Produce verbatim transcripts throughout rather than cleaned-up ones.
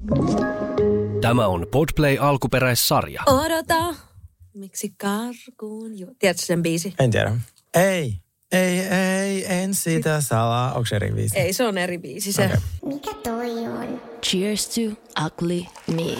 Tämä on Podplay alkuperäissarja. Odota, miksi karkuun juo. Tiedätkö sen biisi? En tiedä. Ei, ei, ei, en sitä salaa. Onko se eri biisi? Ei, se on eri biisi se. Okay. Mikä toi on? Cheers to ugly me.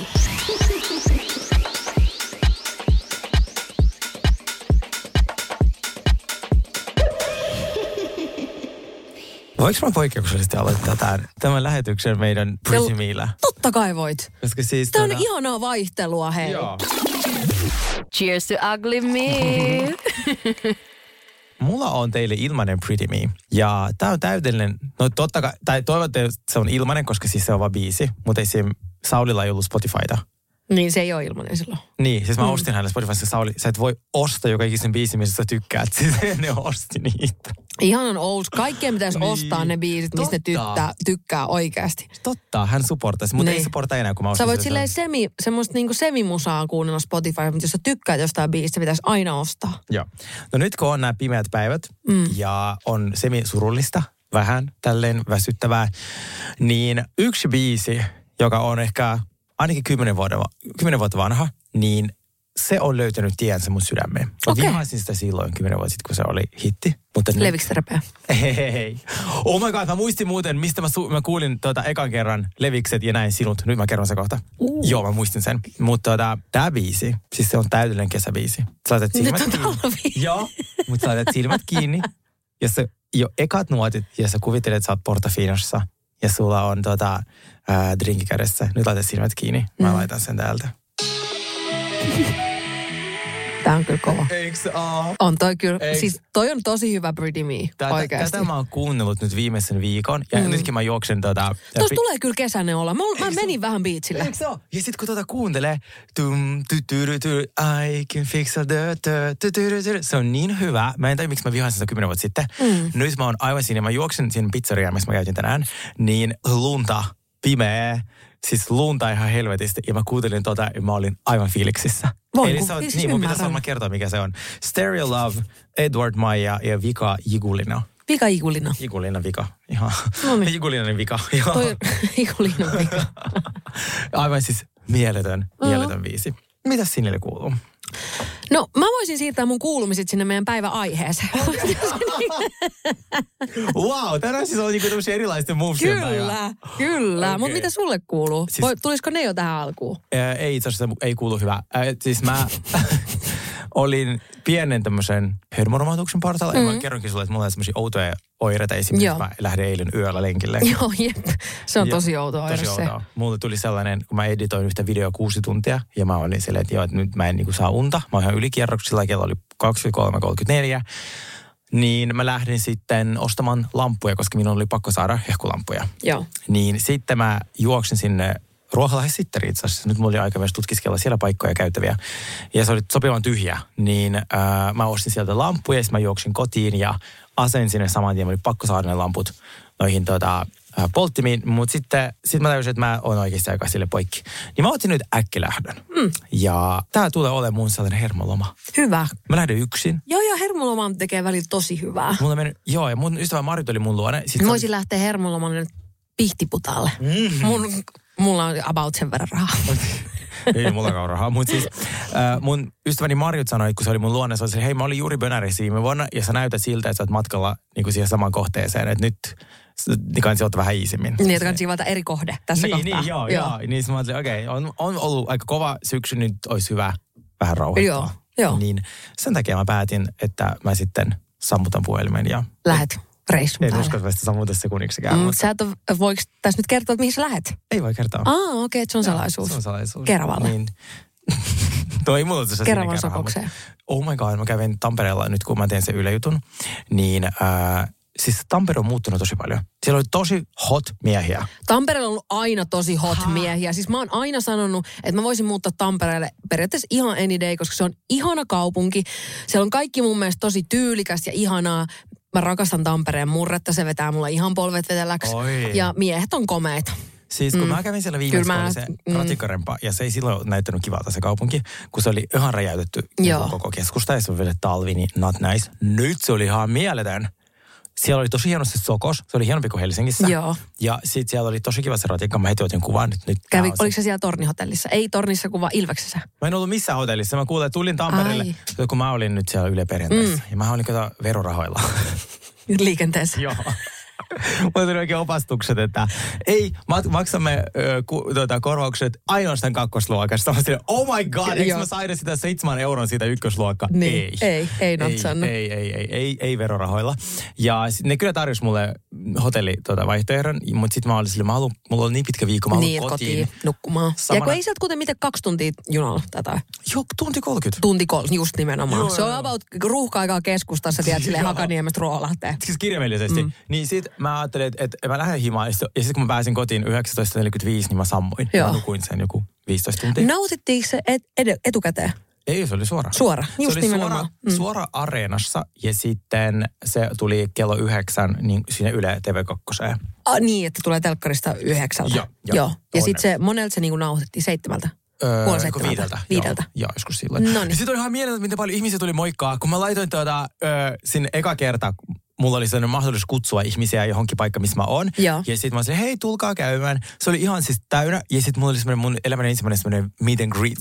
Voinko mä poikkeuksellisesti aloittaa tämän, tämän lähetyksen meidän Pretty Meillä? Totta kai voit. Koska siis Tämä on tuota... ihanaa vaihtelua, hei. Joo. Cheers to ugly me. Mulla on teille ilmainen Pretty Me. Ja tää on täydellinen, no totta kai, tai toivottavasti se on ilmainen, koska siis se on vaan biisi. Mutta ei siinä, Saulilla ei ollut Spotifyta. Niin, se ei ole ilmainen silloin. Niin, siis mä Mm. ostin hänelle Spotifysta, Sauli, sä et voi ostaa joka ikisen biisin, missä sä tykkäät. Siis ne osti niitä. Ihanan old. Kaikkeen pitäisi Niin. ostaa ne biisit, mistä ne Totta. tyttää, tykkää oikeasti. Totta, hän supportaisi, mutta Niin. ei supporta enää, kun mä Sä ostin voit sitä. silleen semi, semmoista niinku semimusaa kuunnella Spotify, mutta jos sä tykkäät jostain biisistä, pitäisi aina ostaa. Joo. No nyt kun on nämä pimeät päivät Mm. ja on semi-surullista, vähän tälleen väsyttävää, niin yksi biisi, joka on ehkä ainakin kymmenen vuotta, kymmenen vuotta vanha, niin se on löytänyt tiensä mun sydämeen. Mä Okei. vihasin sitä silloin kymmenen vuotta sitten, kun se oli hitti. Mutta nyt... Levikö repeä? Ei. Oh my god, mä muistin muuten, mistä mä, su- mä kuulin tuota ekan kerran Levikset ja näin sinut. Nyt mä kerron se kohta. Uh. Joo, mä muistin sen. Mutta tuota, tää biisi, siis se on täydellinen kesäbiisi. Sä laitat silmät Nyt on kiinni. talvi. Joo, mutta sä laitat silmät kiinni. Ja sä jo ekat nuotit ja sä kuvittelet, että sä oot Portofinossa. Ja sulla on tuota, ää, drinki kädessä. Nyt laitat silmät kiinni. Mä Mm. laitan sen täältä. Tää on kyllä kova. Eikö se oo? On toi kyllä. Eiks- Siis toi on tosi hyvä Pretty Me, Tätä, oikeasti. tätä mä oon kuunnellut nyt viimeisen viikon. Ja Mm. nytkin mä juoksen tota... Tuossa tulee kyllä kesäinen olla. Mä, mä Eikö se menin vähän biitsille. Eikö se ole? Ja sit kun tuota kuuntelee, tum, tu, tu, tu, tu, I can fix all the, tu, tu, tu, tu, se on niin hyvä. Mä en tiedä, miksi mä vihasin sitä kymmenen vuotta sitten. Mm. Nyt mä oon aivan siinä, mä juoksen siinä pizzeriaan, missä mä käytin tänään, niin lunta, pimeä, siis lunta ihan helvetisti. Ja mä kuuntelin tota, ja mä olin aivan fiiliksissä. Voi, Eli kun- se on, siis niin, mun pitäisi ymmärrän. varmaan kertoa, mikä se on. Stereo Love, Edward Maija ja Vika Jigulina. Vika Igulina. Jigulina Vika, ihan. No niin. Jigulina Vika, ihan. Toi on Igulina vika. Aivan siis mieletön, mieletön viisi. Mitäs sinille kuuluu? No, mä voisin siirtää mun kuulumiset sinne meidän päiväaiheeseen. Wow, tänään siis on niinku tämmöisiä erilaisten movesien päivä. Kyllä, kyllä. Okei. Mutta mitä sulle kuuluu? Siis- Voi, tulisiko ne jo tähän alkuun? Ää, ei itse asiassa, ei kuulu hyvä. Ää, siis mä olin pienen tämmöisen hermoromatuksen partaalla. Mm. Ja mä kerronkin sulle, että mulla on semmoisia outoja oireita. Esimerkiksi Joo. mä lähdin eilen yöllä lenkille. Joo, jep. Se on Ja- tosi outo oire Tosi se. outoa. Mulle tuli sellainen, kun mä editoin yhtä videoa kuusi tuntia. Ja mä olin silleen, että joo, että nyt mä en niinku saa unta. Mä oon ihan ylikierroksilla, kello oli kaksikymmentäkolme kolmekymmentäneljä. Niin mä lähdin sitten ostamaan lampuja, koska minun oli pakko saada hehkulampuja. Joo. Niin sitten mä juoksin sinne Ruoholahden Sitteriin itse asiassa. Nyt mulla oli aika myös tutkiskella siellä paikkoja käyttäviä. Ja se oli sopivan tyhjä. Niin ää, mä ostin sieltä lampuja ja sitten mä juoksin kotiin ja asensin sinne saman tien. Mä oli pakko saada ne lamput noihin tota, ää, polttimiin. Mutta sitten sit mä tajusin, että mä oon oikeasti aika sille poikki. Niin mä otin nyt äkkilähdön. Mm. Ja tää tulee olemaan mun sellainen hermoloma. Hyvä. Mä lähdin yksin. Joo, ja hermoloma tekee välillä tosi hyvää. Mulla meni, joo, ja mun ystävä Marit oli mun luona. Sit Mä se voisin lähteä hermolomalle nyt Pihtiputaalle. Mm. Mun, mulla on about sen verran rahaa. Ei mullakaan rahaa, mutta siis äh, mun ystäväni Marjut sanoi, kun se oli mun luona, se oli, hei mä olin juuri Bönärissä viime vuonna ja sä näytät siltä, että sä oot matkalla niin kuin siihen samaan kohteeseen, että nyt niin kansi ottaa vähän iisimmin. Niin, että kannattaa valita eri kohde tässä niin, kohtaa. niin, joo, joo. joo. Niin mä ajattelin, okei, okay, on, on ollut aika kova syksy, nyt olisi hyvä vähän rauhoittaa. Joo, joo. Niin sen takia mä päätin, että mä sitten sammutan puhelimen ja Lähet reissun en päälle. usko, että sitä sammuta sekunniksikään. Mm, mutta sä et ole, voiko tässä nyt kertoa, että mihin sä lähet? ei voi kertoa. Aa, okei, okay, se on salaisuus. Se on salaisuus. Keravalle. Niin. No ei mulla tässä Keravan sinne sokokseen. Oh my god, mä kävin Tampereella nyt, kun mä teen sen Yle Jutun. Niin äh, siis Tampere on muuttunut tosi paljon. Siellä oli tosi hot miehiä. Tampereella on ollut aina tosi hot Ha. miehiä. Siis mä oon aina sanonut, että mä voisin muuttaa Tampereelle periaatteessa ihan any day, koska se on ihana kaupunki. Siellä on kaikki mun mielestä tosi tyylikäs ja ihanaa. Mä rakastan Tampereen murretta, se vetää mulle ihan polvet veteläksi. Oi. Ja miehet on komeita. Siis kun Mm. mä kävin siellä viimeksi, Kyllä kun mä- oli se mm. ratikkarempa, ja se ei silloin näyttänyt kivalta se kaupunki, kun se oli ihan räjäytetty niin Joo. kuin koko keskusta, ja se oli vielä talvi, niin not nice. Nyt se oli ihan mieletön. siellä oli tosi hieno se Sokos. Se oli hienompi kuin Helsingissä. Joo. Ja sitten siellä oli tosi kiva se ratikka. Mä heti otin kuvan. Nyt, nyt Kävi, oliko se siellä Tornihotellissa? Ei Tornissa, kun vaan Ilveksessä. Mä en ollut missään hotellissa. Mä kuulin, että tulin Tampereelle, Ai. kun mä olin nyt siellä Yle Perjantaissa. Mm. Ja mä olin kato verorahoilla. Liikenteessä. Joo. Mulla tuli oikein opastukset, että ei, maksamme ö, ku, tuota, korvaukset ainoastaan kakkosluokasta. Mä sanoin, oh my god, eikö mä saada sitä seitsemän euron siitä ykkösluokka? Niin. Ei. Ei, ei natsannut. Ei, ei, ei, ei, ei verorahoilla. Ja sit ne kyllä tarjosi mulle hotelli tuota, vaihtoehdon, mutta sitten mä olin sille, mä haluan, mulla oli niin pitkä viikko, mä haluan niin, kotiin. kotiin nukkumaan. Samana... Ja kun ei sieltä kuten miten kaksi tuntia junalla tätä. Joo, tunti kolmekymmentä. Tunti kolmekymmentä, just nimenomaan. Joo, se on joo. about ruuhka-aikaa keskustassa, tiedät, silleen Hakaniemestä Ruolahteen. Siis kirjaimellisesti. Mm. Niin sit mä ajattelin, että, että mä lähden himaan. Ja sitten kun mä pääsin kotiin yhdeksäntoista neljäkymmentäviisi, niin mä sammuin. Joo. Mä nukuin sen joku viisitoista tuntia. Nautittiinko se et, ed, etukäteen? Ei, se oli suora. Suora, just se oli nimenomaan. suora, mm. suora Areenassa ja sitten se tuli kello yhdeksän niin sinne Yle T V kaksi. Ah, niin, että tulee telkkarista yhdeksältä. Joo. Joo. joo. Ja sitten se, monelta se niinku nauhoitettiin seitsemältä. Öö, Puoli seitsemältä. Viideltä. Viideltä. Joo, joo, joskus silloin. Noniin. Ja sitten oli ihan mielenkiintoista, miten paljon ihmisiä tuli moikkaa. Kun mä laitoin tuota, öö, sinne eka kerta, mulla oli sellainen mahdollisuus kutsua ihmisiä johonkin paikkaan, missä mä oon. Joo. Ja sitten mä olin, hei, tulkaa käymään. Se oli ihan siis täynnä. Ja sitten mulla oli semmoinen mun elämän ensimmäinen semmoinen meet and greet.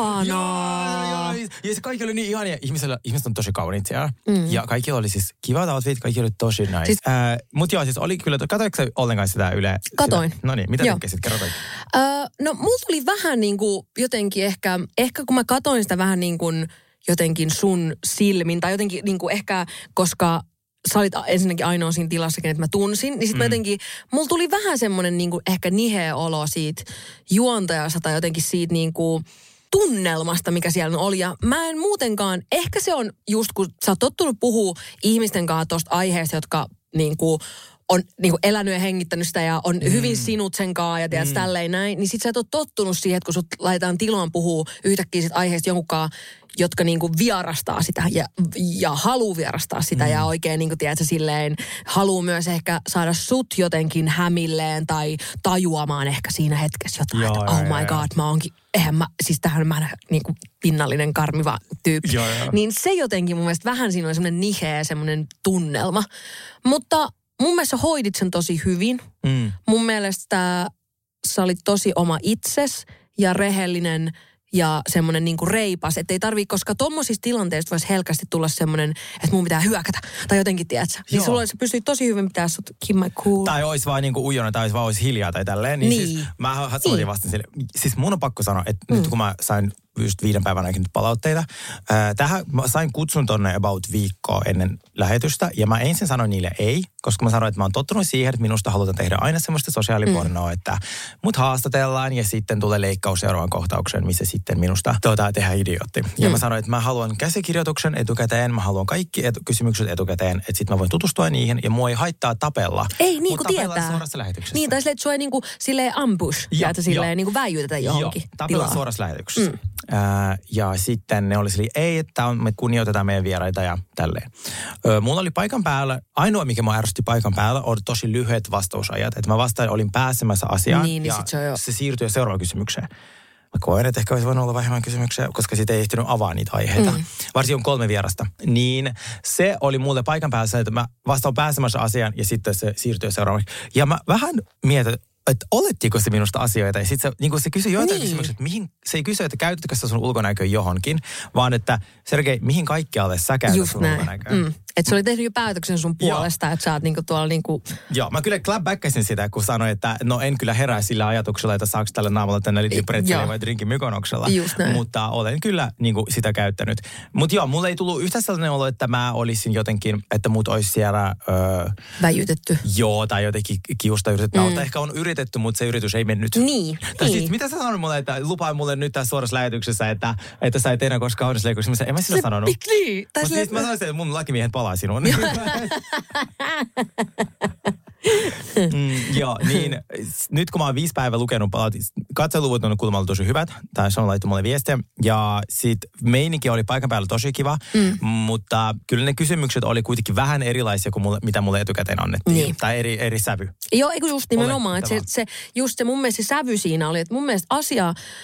Ihanaa. Ja, ja se kaikki oli niin ihania. Ihmiset, ihmiset on tosi kauniit siellä. Mm. Ja kaikilla oli siis kivat outfit, kaikki oli tosi nice. Siis, äh, Mutta joo, siis oli kyllä, katoitko sä ollenkaan sitä Yle? Katoin. No niin, mitä tykkäsit? Kerro kaikki. Öö, no mulla tuli vähän niin kuin jotenkin ehkä, ehkä kun mä katoin sitä vähän niin kuin jotenkin sun silmin, tai jotenkin niin kuin ehkä, koska sä olit ensinnäkin ainoa siinä tilassa, kenet mä tunsin, niin sit mm. mä jotenkin, mulla tuli vähän semmoinen niin kuin ehkä niheä olo siitä juontajasta tai jotenkin siitä niin kuin tunnelmasta, mikä siellä oli. Ja mä en muutenkaan, ehkä se on just kun sä oot tottunut puhua ihmisten kanssa tosta aiheesta, jotka niin kuin on niin kuin elänyt ja hengittänyt sitä ja on mm. hyvin sinut sen kaa ja tiedät mm. tälleen näin, niin sit sä et ole tottunut siihen, että kun sut laitetaan tilaan puhua yhtäkkiä sit aiheesta jonkunkaan, jotka niin kuin vierastaa sitä ja, ja haluu vierastaa sitä mm. ja oikein niin kuin tiedät sä silleen, haluu myös ehkä saada sut jotenkin hämilleen tai tajuamaan ehkä siinä hetkessä jotain, joo, että oh my joo, god, mä oonkin, eihän mä, siis tähän mä niin kuin pinnallinen karmiva tyyppi. Joo, joo. Niin se jotenkin mun mielestä vähän siinä oli semmoinen niheä, semmoinen tunnelma. Mutta mun mielestä hoidit sen tosi hyvin. Mm. Mun mielestä sä olit tosi oma itses ja rehellinen ja semmoinen niinku reipas. Että ei tarvii, koska tommosista tilanteista voisi helkästi tulla semmoinen, että mun pitää hyökätä. Tai jotenkin, tiedätkö? Niin sulla sä pystyt tosi hyvin pitää sut keep my cool. Tai olisi vaan niinku ujona, tai olisi vaan olisi hiljaa tai tälleen. Niin, niin. Siis mä hatsotin niin. Vasta sille. Siis mun on pakko sanoa, että mm. nyt kun mä sain just viiden päivän aikana palautteita. Ää, tähän mä sain kutsun tonne about viikkoa ennen lähetystä. Ja mä ensin sanoin niille ei, koska mä sanoin, että mä oon tottunut siihen, että minusta halutaan tehdä aina semmoista sosiaalipornoa, mm. että mut haastatellaan ja sitten tulee leikkaus seuraavan kohtaukseen, missä sitten minusta tuota, tehdään idiootti. Mm. Ja mä sanoin, että mä haluan käsikirjoituksen etukäteen, mä haluan kaikki etu- kysymykset etukäteen, että sitten mä voin tutustua niihin ja mua ei haittaa tapella. Ei, niin kuin tietää. Suorassa lähetyksessä. Niin, tai silleen, että sua ei niin kuin silleen ambush, ja, että silleen niin kuin väijytetä johonkin tilaa. Tapella suorassa lähetyksessä. Mm. Ää, ja sitten ne oli silleen, ei, että on, me kunnioitetaan meidän vieraita ja tälleen. Ö, mulla oli paikan päällä, ainoa mikä mua ärsytti paikan päällä, oli tosi lyhyet vastausajat. Että mä vastaan olin pääsemässä asiaan niin, niin ja se, jo... se siirtyi seuraavaan kysymykseen. Mä koen, että ehkä olisi voinut olla vähemmän kysymyksiä, koska siitä ei ehtinyt avaa niitä aiheita. Mm. Varsin on kolme vierasta. Niin se oli mulle paikan päällä, että mä vastaan pääsemässä asiaan ja sitten se siirtyi seuraavaksi. Ja mä vähän mietin, että olettiko se minusta asioita. Ja sitten se, niin se kysyi joitain niin. kysymyksiä, että mihin, se ei kysy, että käytätkö sä sun ulkonäköä johonkin, vaan että Sergei, mihin kaikkialle sä käytät just sun näin. Ulkonäköä. Mm. Että se oli tehnyt jo päätöksen sun puolesta, että sä oot niinku tuolla niinku... Joo, mä kyllä clapbackasin sitä, kun sanoin, että no en kyllä herää sillä ajatuksella, että saako tällä naamalla tänne liittypretsiä vai drinkin mykonoksella. Mutta olen kyllä niinku sitä käyttänyt. Mutta joo, mulle ei tullut yhtä sellainen olo, että mä olisin jotenkin, että mut olisi siellä... Öö, väijytetty. Joo, tai jotenkin kiusta yritetty. Mm. Ehkä on yritetty, mutta se yritys ei mennyt. Niin. Tai niin. siis, mitä sä sanoit mulle, että lupaa mulle nyt tässä suorassa lähetyksessä, että, että sä et enää koskaan kaunisleikossa. En mä sitä sanonut. Niin. Mutta siis mä sanoin, että mun lakimiehet palaa sinuun. mm, joo, niin nyt kun mä oon viisi päivää lukenut palautin, katseluvut on kuulemma ollut tosi hyvät. Tai se on laittu mulle viestiä. Ja sit meininki oli paikan päällä tosi kiva. Mm. Mutta kyllä ne kysymykset oli kuitenkin vähän erilaisia kuin mulle, mitä mulle etukäteen annettiin. Niin. Tai eri, eri sävy. Joo, eikö just nimenomaan. Että se, se, just se mun mielestä se sävy siinä oli, että mun mielestä asia...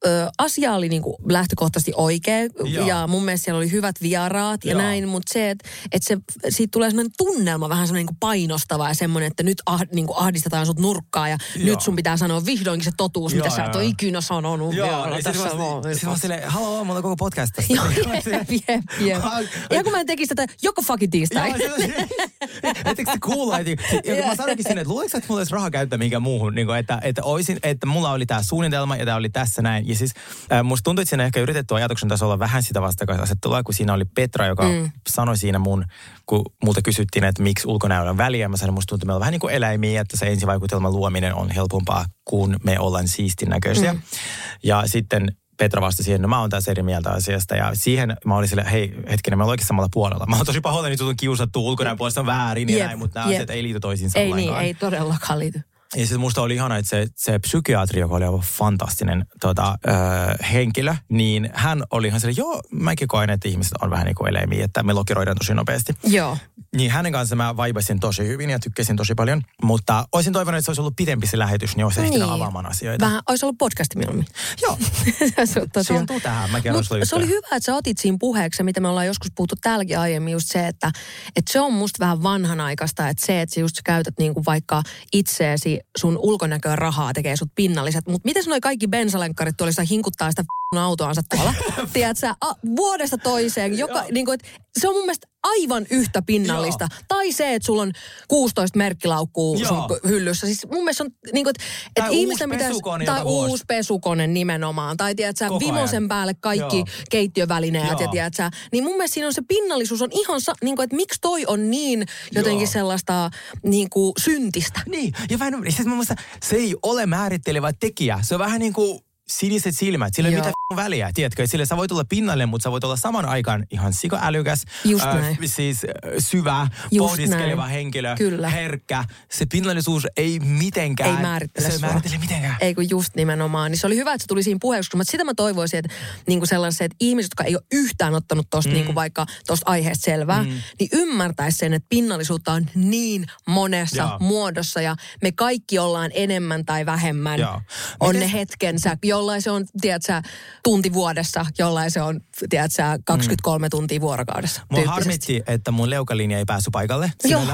ö, asia oli niinku lähtökohtaisesti oikea. Joo. Ja mun mielestä siellä oli hyvät vieraat ja Joo. näin. Mutta se, että et se, siitä tulee semmoinen tunnelma vähän semmoinen niinku painostava ja semmoinen, että nyt ah, niinku ahdistetaan sut nurkkaa ja Joo. nyt sun pitää sanoa vihdoinkin se totuus, Joo, mitä sä et joo. ole ikinä sanonut. Joo, vielä ja tässä sitten vaan. se on silleen, haloo, mulla on koko podcast tästä. Joo, jep, jep, jep. Ihan kun mä en tekisi tätä joka fucking tiistai. Joo, etteikö se kuulla? Ja mä sanoinkin sinne, että luuletko, että mulla olisi rahaa käyttää mihinkään muuhun, niin kuin, että, että, olisin, että mulla oli tämä suunnitelma ja tämä oli tässä näin. Ja siis äh, musta tuntui, että siinä ehkä yritetty ajatuksen tasolla vähän sitä vastakkainasettelua, kun siinä oli Petra, joka mm. sanoi siinä mun, kun multa kysyttiin, että miksi ulkonäöllä on väliä. Mä sanoin, musta tuntuu, että meillä on vähän niin kuin eläimiä, että se ensivaikutelman luominen on helpompaa, kun me ollaan siistin näköisiä. Mm. Ja sitten Petra vastasi siihen, no mä oon tässä eri mieltä asiasta. Ja siihen mä olin silleen, hei hetkinen, mä olen oikein samalla puolella. Mä oon tosi pahoillani, että sut on kiusattu ulkonäön puolesta on väärin ja Jep, näin, mutta nämä jep. asiat ei liity toisiinsa Ei ollenkaan. niin, ei todellakaan liity. Ja sitten musta oli ihana, että se, se psykiatri, joka oli aivan fantastinen tota, ö, henkilö, niin hän oli ihan silleen, joo, mäkin koen, että ihmiset on vähän niin kuin eläimiä, että me lokeroidaan tosi nopeasti. Joo. Niin hänen kanssa mä vaibasin tosi hyvin ja tykkäsin tosi paljon, mutta olisin toivonut, että se olisi ollut pidempi se lähetys, niin olisi niin ehtinyt avaamaan asioita. Vähän, olisi ollut podcasti mieluummin. Joo, se on, se on tuu tähän, mä kerron sulle se oli hyvä, että sä otit siinä puheeksi, mitä me ollaan joskus puhuttu täälläkin aiemmin, just se, että, että se on musta vähän vanhanaikaista, että se, että sä just käytät niinku vaikka itseesi sun ulkonäköä rahaa tekee sut pinnalliset, mutta miten noi kaikki bensalenkkarit tuolla, sitä hinkuttaa sitä autoansa tuolla, tiedät sä, a, vuodesta toiseen, joka, niinku, että se on mun mielestä aivan yhtä pinnallista. Joo. Tai se, että sulla on kuusitoista merkkilaukkuu Joo. sun hyllyssä. Siis mun mielestä on, niinku, että et ihmisten pitäisi, tai uusi pesukone nimenomaan. Tai tiedät sä, vimosen päälle kaikki Joo. keittiövälineet Joo. ja tiedät sä. Niin mun mielestä siinä on se pinnallisuus on ihan, sa, niinku, että miksi toi on niin jotenkin Joo. sellaista niinku syntistä. Niin, ja vähän, siis mun mielestä se ei ole määrittelevä tekijä. Se on vähän niin kuin siniset silmät, sillä ei ole mitään väliä, tiedätkö? Sillä sä voit olla pinnalle, mutta sä voit olla saman aikaan ihan sikaälykäs, äh, siis äh, syvä, Just pohdiskeleva näin. henkilö, Kyllä. herkkä. Se pinnallisuus ei mitenkään. Ei määrittele Se ei määrittele mitenkään. Ei kun just nimenomaan. Niin se oli hyvä, että se tuli siinä puheeksi, mutta sitä mä toivoisin, että niinku sellaiset että ihmiset, jotka ei ole yhtään ottanut tosta mm. niinku vaikka tosta aiheesta selvää, mm. niin ymmärtäisi sen, että pinnallisuutta on niin monessa Jaa. muodossa ja me kaikki ollaan enemmän tai vähemmän. Jaa. On Miten... ne hetkensä, jollain se on, tiedätkö, tunti vuodessa, jollain se on, tiedätkö, kaksikymmentäkolme mm. tuntia vuorokaudessa. Mua harmitti, että mun leukalinja ei päässyt paikalle. Joo.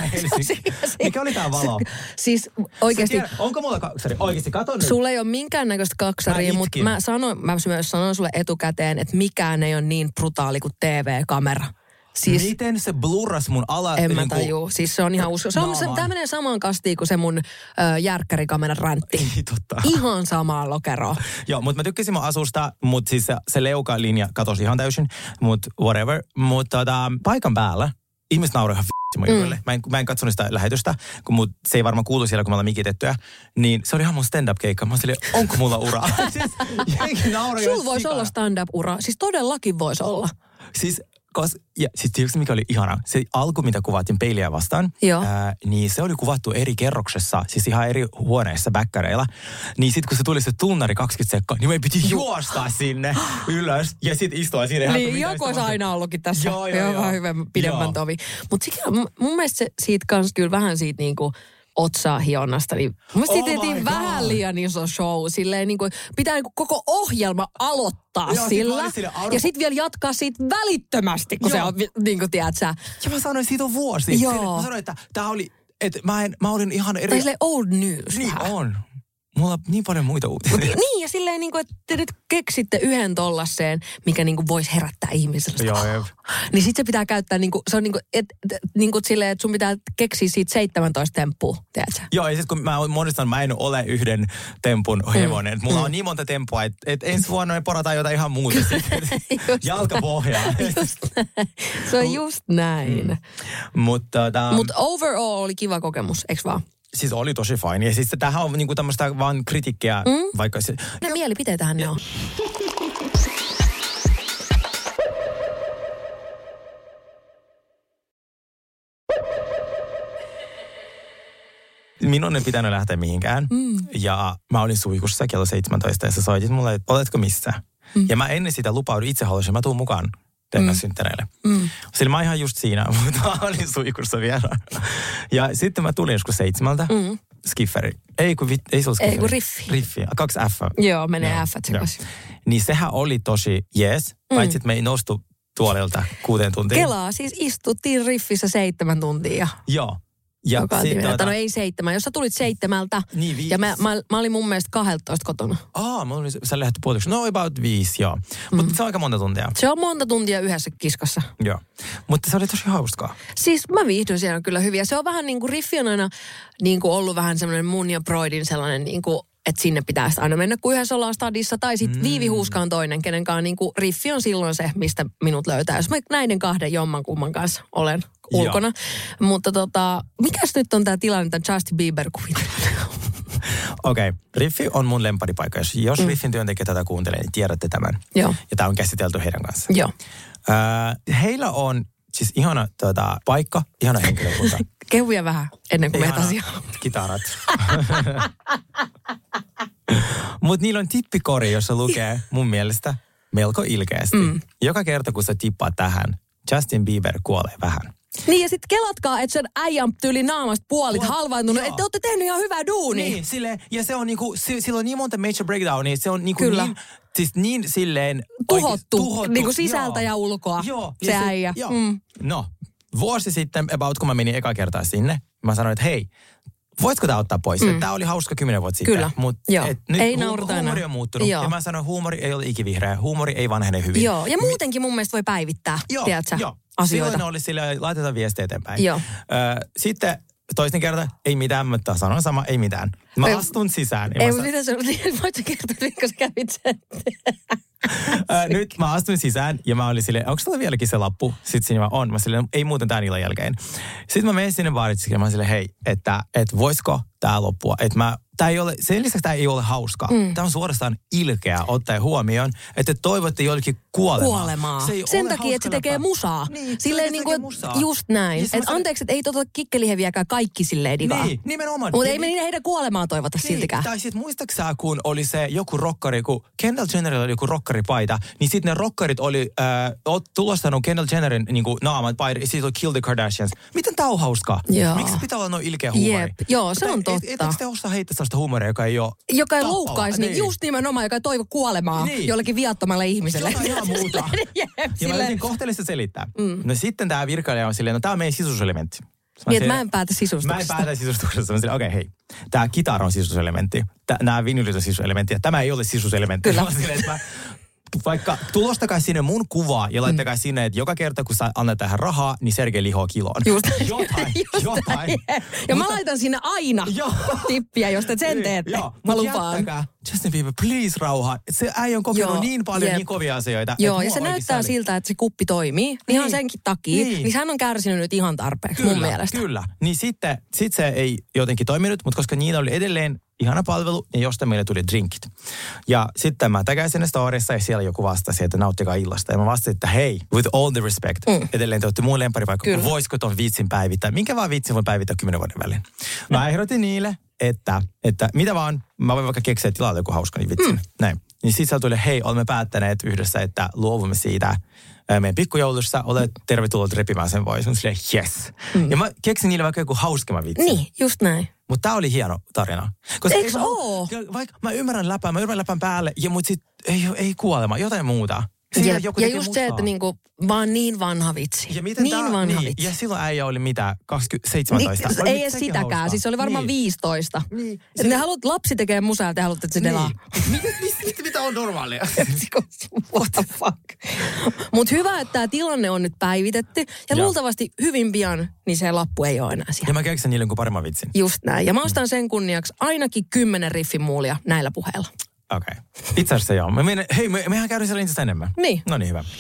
Mikä oli tää valo? Siis oikeasti... Tiedä, onko mulla kaksari? Oikeasti, kato nyt. Sulla ei ole minkäännäköistä kaksaria, mutta mä, sanoin, mä myös sanoin sulle etukäteen, että mikään ei ole niin brutaali kuin T V-kamera. Siis, miten se blurras mun ala? En mä tajuu. Siis se on ihan usko. Se on se, tää menee samaan kastiin kuin se mun ö, järkkärikameran räntti. Ei totta. Ihan samaa lokeroa. Joo, mutta mä tykkäsin mun asusta, mutta siis se, se leukalinja katosi ihan täysin, mutta whatever. Mutta tota, paikan päällä ihmiset nauroivat ihan f***sti mun jutuille. Mä en, mä en katsonut sitä lähetystä, kun mut, se ei varmaan kuulu siellä, kun me ollaan mikitettyä. Niin se oli ihan mun stand-up-keikka. Mä olin onko mulla ura? siis, Sulla voisi olla stand-up-ura. Siis todellakin voisi olla. Siis... Kos, ja siis tiedätkö mikä oli ihana? Se alku, mitä kuvattiin peiliä vastaan, ää, niin se oli kuvattu eri kerroksessa, siis ihan eri huoneissa, bäkkäreillä. Niin sitten kun se tuli se tunnari kaksikymmentä sekkaa, niin me piti juosta sinne ylös ja sitten istua siinä. Niin, joku olisi aina ollutkin tässä. Joo, joo, joo. Vähän hyvän pidemmän joo. tovi. Mutta mun mielestä se, siitä kans kyllä vähän siitä niinku... otsahionnasta, niin mun oh tehtiin vähän liian iso show. Silleen niin kuin, pitää niin kuin koko ohjelma aloittaa Joo, sillä. Sille arvo... Ja sitten vielä jatkaa siitä välittömästi, kun Joo. se on, niin kuin tiedät sä. Ja mä sanoin, siitä on vuosi. Joo. Mä sanoin, että tää oli, että mä, en, mä olin ihan eri... Tai silleen old news. Niin vähän. on. Mulla on niin paljon muita uutisia. Niin, ja silleen niin kuin, että te nyt keksitte yhden tollaiseen, mikä niin kuin voisi herättää ihmiselle. Joo, oh. Niin sit se pitää käyttää niin kuin, se on niin kuin, et, niin kuin silleen, että sun pitää keksiä siitä seitsemäntoista temppua, tiedätkö? Joo, ja sitten kun mä monistan, mä en ole yhden tempun hevonen. Mm. Mulla mm. on niin monta tempua, että et ensi vuonna me porataan jotain ihan muuta. Jalkapohjaa. Just näin. Se on just näin. Mm. Mutta um, Mut overall oli kiva kokemus, eikö vaan? Siis oli tosi fine. Ja siis tämähän on niinku tämmöistä vaan kritiikkiä, mm. vaikka se... Ne mielipiteitähän ne on. Minun ei pitänyt lähteä mihinkään. Mm. Ja mä olin suikussa kello seitsemäntoista ja sä soitit mulle, että oletko missä? Mm. Ja mä ennen sitä lupaudun itse haluaisin, mä tuun mukaan teidän mm. synttäreille. Mm. Sillä mä ihan just siinä, mutta mä olin suikussa vielä. Ja sitten mä tulin joskus seitsemältä. Mm. Skifferi. Ei kun, ei se ollut Skifferi. Ei kun Riffi. Riffi, kaksi F. Joo, menee F sekaisin. Niin sehän oli tosi jees, mm. paitsi että me ei nostu tuolilta kuuteen tuntiin. Kelaa, siis istuttiin Riffissä seitsemän tuntia. Joo. Ja sit, tuota... No ei seitsemän, jos sä tulit seitsemältä. Niin viisi. Ja mä, mä, mä olin mun mielestä kahdeltoista kotona. Aa, mä olin, sä lähdetty puoliksi. No about viisi, joo. Mm. Mutta se on aika monta tuntia. Se on monta tuntia yhdessä kiskassa. Joo. Mutta se oli tosi hauskaa. Siis mä viihdyin siellä kyllä hyviä. Se on vähän niin kuin Riffi on aina niin kuin ollut vähän semmoinen mun ja Broidin sellainen niin kuin, että sinne pitäisi aina mennä, kun yhdessä ollaan stadissa. Tai sitten mm. Viivi Huuska on toinen, kenenkaan niin kuin Riffi on silloin se, mistä minut löytää. Jos mä näiden kahden jomman kumman kanssa olen ulkona. Joo. Mutta tota, mikäs nyt on tämä tilanne, tämä Justin Bieber-kuvitelma? Okei, okay. Riffi on mun lemparipaikka. Jos, jos mm. Riffin työntekijä tätä kuuntelee, niin tiedätte tämän. Joo. Ja tämä on käsitelty heidän kanssaan. Joo. Äh, heillä on siis ihana tuota, paikka, ihana henkilökunta. Kehuja vähän ennen kuin meitä asiaan. Kitarat. Mutta niillä on tippikori, jossa lukee mun mielestä melko ilkeästi. Mm. Joka kerta, kun sä tippaat tähän, Justin Bieber kuolee vähän. Niin ja sitten kelatkaa, että sen äijän tyyli naamasta puolit Puol- halvaantunut, että te olette tehnyt ihan hyvää duunia. Niin, silleen, ja se on niinku, sillä on niin monta major breakdownia, se on niinku niin, siis niin silleen... Tuhottu, tuhottu. niinku sisältä joo. ja ulkoa, joo, se, ja se äijä. Joo. Mm. No, vuosi sitten, about kun mä menin eka kertaa sinne, mä sanoin, että hei, voisiko tää ottaa pois? Mm. Tämä oli hauska kymmenen vuotta sitten. Kyllä, mut, joo. Et nyt ei hu- naurata huumori enää. on muuttunut. Joo. Ja mä sanoin, huumori ei ole ikivihreä. Huumori ei vanhene hyvin. Joo, ja muutenkin mun mielestä voi päivittää, joo, tiedätkö, joo. asioita. Silloin oli silleen, laitetaan viestiä eteenpäin. Joo. Ö, sitten toisten kerta, ei mitään, mutta sanon sama, ei mitään. Mä ei, astun sisään. Ei, mutta sa- mitä se oli? Voitko kertoa, minkä sä kävit sen? Ö, nyt mä astuin sisään ja mä olin silleen, onko täällä vieläkin se lappu? Sitten siinä mä on. Mä silleen, ei muuten tämän illan jälkeen. Sitten mä menin sinne baaritsikin ja mä silleen, hei, että, että voisiko tää loppua? Että mä, tää ei ole, sen lisäksi tää ei ole hauskaa. Mm. Tää on suorastaan ilkeä ottaen huomioon, että toivotte jollekin kuolemaa. Kuolemaa. Sen takia, että se tekee musaa. Niin, silleen niin kuin, just näin. Että anteeksi, että ei tota kikkeliheviäkään kaikki silleen digaa. Niin, nimenomaan. Mutta ei me niitä heidän kuolemaa toivota niin, siltikään. Tai sit muistaaksä, kun oli se joku rokkari, kun Kendall Jennerillä oli joku rokkaripaita, niin sitten ne rokkarit oli äh, tulostanut Kendall Jennerin niin kuin naamat paita, ja siitä oli Kill the Kardashians. Miten tää on hauskaa? Joo. Miksi pitää olla noin ilkeä huumori? Jep. Joo, se on et, totta. Et, ettekö te osaa heittää sellaista huumoria, joka ei ole Joka ei tappava? loukkaisi, niin just nimenomaan, joka ei toivo kuolemaa niin. jollekin viattomalle ihmiselle. Jotain ihan muuta. Jep, ja mä yritin kohteellisesti selittää. Mm. No sitten tää virkailija on silleen, no tää on meidän sisuselementti. Niin, että mä en päätä sisustuksesta. Mä en päätä sisustuksesta. Mä silleen, okei, okay, hei. Tää kitara on sisuselementti. Nää vinylit on sisuselementti. Ja tämä ei ole sisuselementti. Kyllä. Mä silleen, että mä, vaikka tulostakaa sinne mun kuvaa ja laittakaa mm. sinne, että joka kerta kun sä annat tähän rahaa, niin Sergei lihoo kiloon. Just. Jotain, Just jotain. Ja mutta, mä laitan sinne aina tippiä, jos te sen teette. Joo, mä lupaan. Jättäkää Justin Bieber, please rauha. Se äijä on kokenut joo, niin paljon jep. niin kovia asioita. Joo, ja se näyttää sääli. siltä, että se kuppi toimii. Niin. Ihan senkin takia. Niin. niin hän on kärsinyt nyt ihan tarpeeksi kyllä, mun mielestä. Kyllä, niin sitten sit se ei jotenkin toiminut, mutta koska niillä oli edelleen ihana palvelu, ja josta meille tuli drinkit. Ja sitten mä täkäisin ne storissa, ja siellä joku vastasi, että nauttikaa illasta. Ja mä vastasin, että hei, with all the respect, mm. edelleen te olette mun lemparipaikka, voisiko ton vitsin päivittää? Minkä vaan vitsin voi päivittää kymmenen vuoden välein? Mä ehdotin niille, että, että mitä vaan, mä voin vaikka keksiä tilalle joku hauska niin vitsin. Mm. Näin. Niin sitten siellä tuli, hei, olemme päättäneet yhdessä, että luovumme siitä meidän pikkujoulussa, olet tervetullut repimään sen voi. Sun silleen, yes. Mm. Ja mä keksin niille vaikka joku hauskema vitsi. Niin, just näin. Mutta tää oli hieno tarina. Koska Eiks oo? Vaikka mä ymmärrän läpän, mä ymmärrän läpän päälle, ja mut sit ei, ei kuolema, jotain muuta. Ja, ja just musaa. Se, että niinku, vaan niin vanha vitsi. Ja miten niin tää, vanha niin, vitsi. Ja silloin äijä oli mitä, seitsemäntoista? Niin, ei edes sitäkään, hauskaa. Siis se oli varmaan niin. viisitoista. Niin. Se... Ne haluat, lapsi tekee musaa ja te haluatte, että se delaa. Niin. Mitä on normaalia? What the fuck? Mutta hyvä, että tämä tilanne on nyt päivitetty. Ja, ja luultavasti hyvin pian, niin se lappu ei ole enää siellä. Ja mä keksin niille kuin paremman vitsin. Just näin. Ja mä ostan sen kunniaksi ainakin kymmenen riffin muulia näillä puheilla. Okei. Okay. Itse asiassa joo. Me menen, hei, me, mehän käydään siellä itse enemmän. Niin. No niin, hyvä.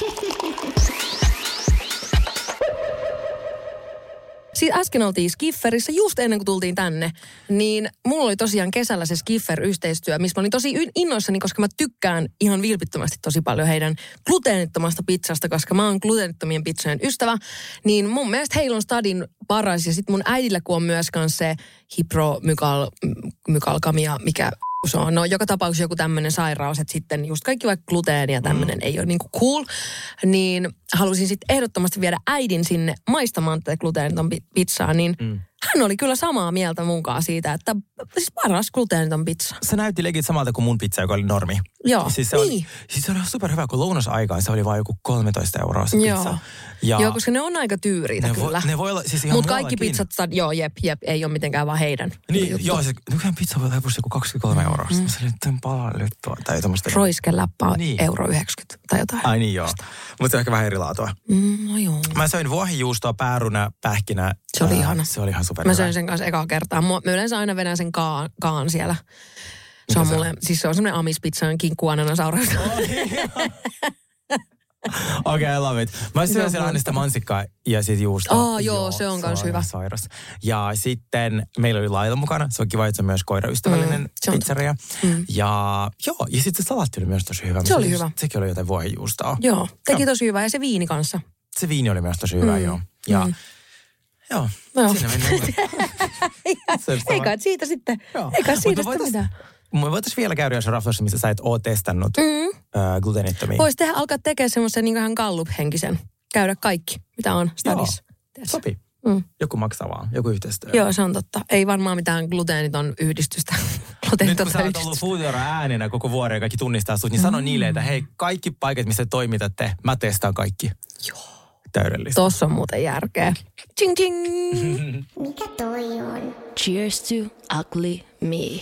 Siis äsken oltiin Skifferissä, just ennen kuin tultiin tänne, niin mulla oli tosiaan kesällä se Skiffer-yhteistyö, missä mä olin tosi innoissani, koska mä tykkään ihan vilpittömästi tosi paljon heidän gluteenittomasta pizzasta, koska mä oon gluteenittomien pizzojen ystävä. Niin mun mielestä heillä on stadin paras, ja sit mun äidillä kun on myös se hipromykalkamia, mikä se on. No joka tapauksessa joku tämmöinen sairaus, että sitten just kaikki vaikka gluteeni ja tämmöinen mm. ei ole niinku cool. Niin halusin sitten ehdottomasti viedä äidin sinne maistamaan tätä gluteeniton pizzaa, niin mm. hän oli kyllä samaa mieltä munkaan siitä, että siis paras gluteeniton pizza. Se näytti legit samalta kuin mun pizza, joka oli normi. Joo, siis se niin. Oli, siis se oli superhyvä, kun lounasaikaan se oli vain joku kolmetoista euroa se Joo. pizza. Ja Joo, koska ne on aika tyyriitä ne kyllä. Vo, ne voi olla siis ihan Mutta kaikki muuallakin. pizzat, joo jep, jep, ei ole mitenkään vaan heidän. Niin, joo, se nykyään pizza voi olla joku kaksikymmentäkolme euroa. Mm. Se oli nyt palalittua tai tommoista. Roiskeläppä on niin. euro yhdeksänkymmentä tai jotain. Ai niin joo, mutta se on ehkä vähän eri laatua. Mm, no joo. Mä söin vuohijuustoa, päärynä, pähkinä. Se oli ää, ihana. Se oli ihan superhyvä. Mä söin sen kanssa ekaa kertaa. Mä yleensä aina vedän sen kaan, kaan siellä. Se on se mulle, siis se on semmoinen amispizzan kinkkuananasaurus. Okei, okay, I love it. Mä syön siellä aina sitä mansikkaa ja sit juustoa. Aa, joo, se on kans hyvä. Sairas. Ja sitten meillä oli Laila mukana. Se on kiva, että se on myös koiraystävällinen Mm, pizzeria. Mm. Ja joo, ja sitten se salatti oli myös tosi hyvä. Se oli hyvä. Sekin oli jotain vuohijuustoa. Joo, teki Joo. tosi hyvä. Ja se viini kanssa. Se viini oli myös tosi hyvä, Mm. joo. Ja Mm. joo, Joo. siinä mennään. Ei kai siitä sitten. Joo. Ei kai Mut siitä me sitten voitais- mitään. Me voitaisiin vielä käydä jossain raflassa, missä sä et oo testannut Mm. äh, gluteenittomia. Voisi tehdä, alkaa tekemään semmoisen niin ihan Gallup-henkisen. Käydä kaikki, mitä on stadissa. Sopii. Mm. Joku maksaa vaan, joku yhteistyö. Joo, se on totta. Ei varmaan mitään gluteeniton yhdistystä. Nyt kun Gluteenitonta sä oot ollut yhdistystä. Foodora äänenä koko vuoden ja kaikki tunnistaa sut, niin sano Mm. niille, että hei, kaikki paikat, missä toimitatte, mä testaan kaikki. Joo. Täydellistä. Tossa on muuten järkeä. Ching ching! Mikä toi on? Cheers to ugly me.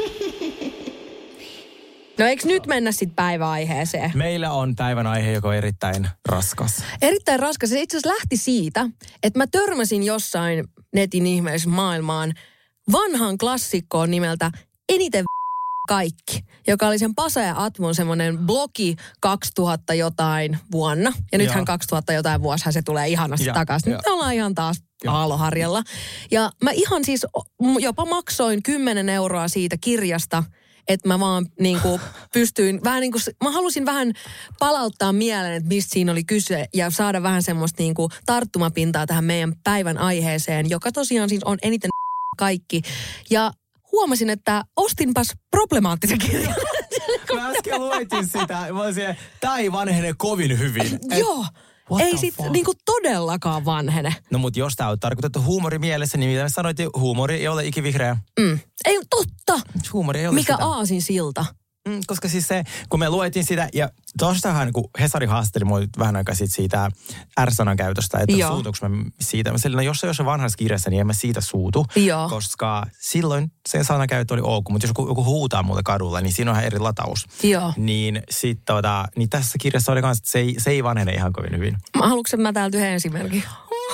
No eikö nyt mennä sitten päiväaiheeseen? Meillä on päivän aihe, joka on erittäin raskas. Erittäin raskas. Se itse asiassa lähti siitä, että mä törmäsin jossain netin ihmeessä maailmaan vanhaan klassikkoon nimeltä Eniten kaikki, joka oli sen Pasa ja Atmon semmoinen blogi kaksituhatta jotain vuonna. Ja nythän Joo. kaksituhatta jotain vuosihan se tulee ihanasti Joo, takaisin. joo. Nyt me ollaan ihan taas aaloharjalla. Ja mä ihan siis jopa maksoin kymmenen euroa siitä kirjasta, että mä vaan niin kuin pystyin vähän niin kuin, mä halusin vähän palauttaa mieleen, että mistä siinä oli kyse ja saada vähän semmoista niin kuin tarttumapintaa tähän meidän päivän aiheeseen, joka tosiaan siis on eniten kaikki. Ja huomasin, että ostinpas problemaattisen kirjan. Mä äsken luetin sitä, mä olisin, tää ei vanhene kovin hyvin. Et, Joo, what ei the sit fuck? niinku todellakaan vanhene. No mut jos tää on tarkoitettu huumori mielessä, niin mitä mä sanoit, huumori ei ole ikivihreä. Mm. Ei, totta. Huumori ei ole Mikä sitä. aasin silta. Mm, koska siis se, kun me luettiin sitä, ja tuostahan kun Hesari haasteli mua vähän aikaa sitten siitä R-sanan käytöstä, että Joo. suutuks mä siitä. Mä sanoin, no jos se on jossain vanhassa kirjassa, niin en mä siitä suutu. Joo. Koska silloin se sanakäyttö oli ok, mutta jos joku, joku huutaa muuta kadulla, niin siinä on ihan eri lataus. Joo. Niin sit tota, niin tässä kirjassa oli kans, että se ei, se ei vanhene ihan kovin hyvin. Mä haluatko mä täältä yhden esimerkin?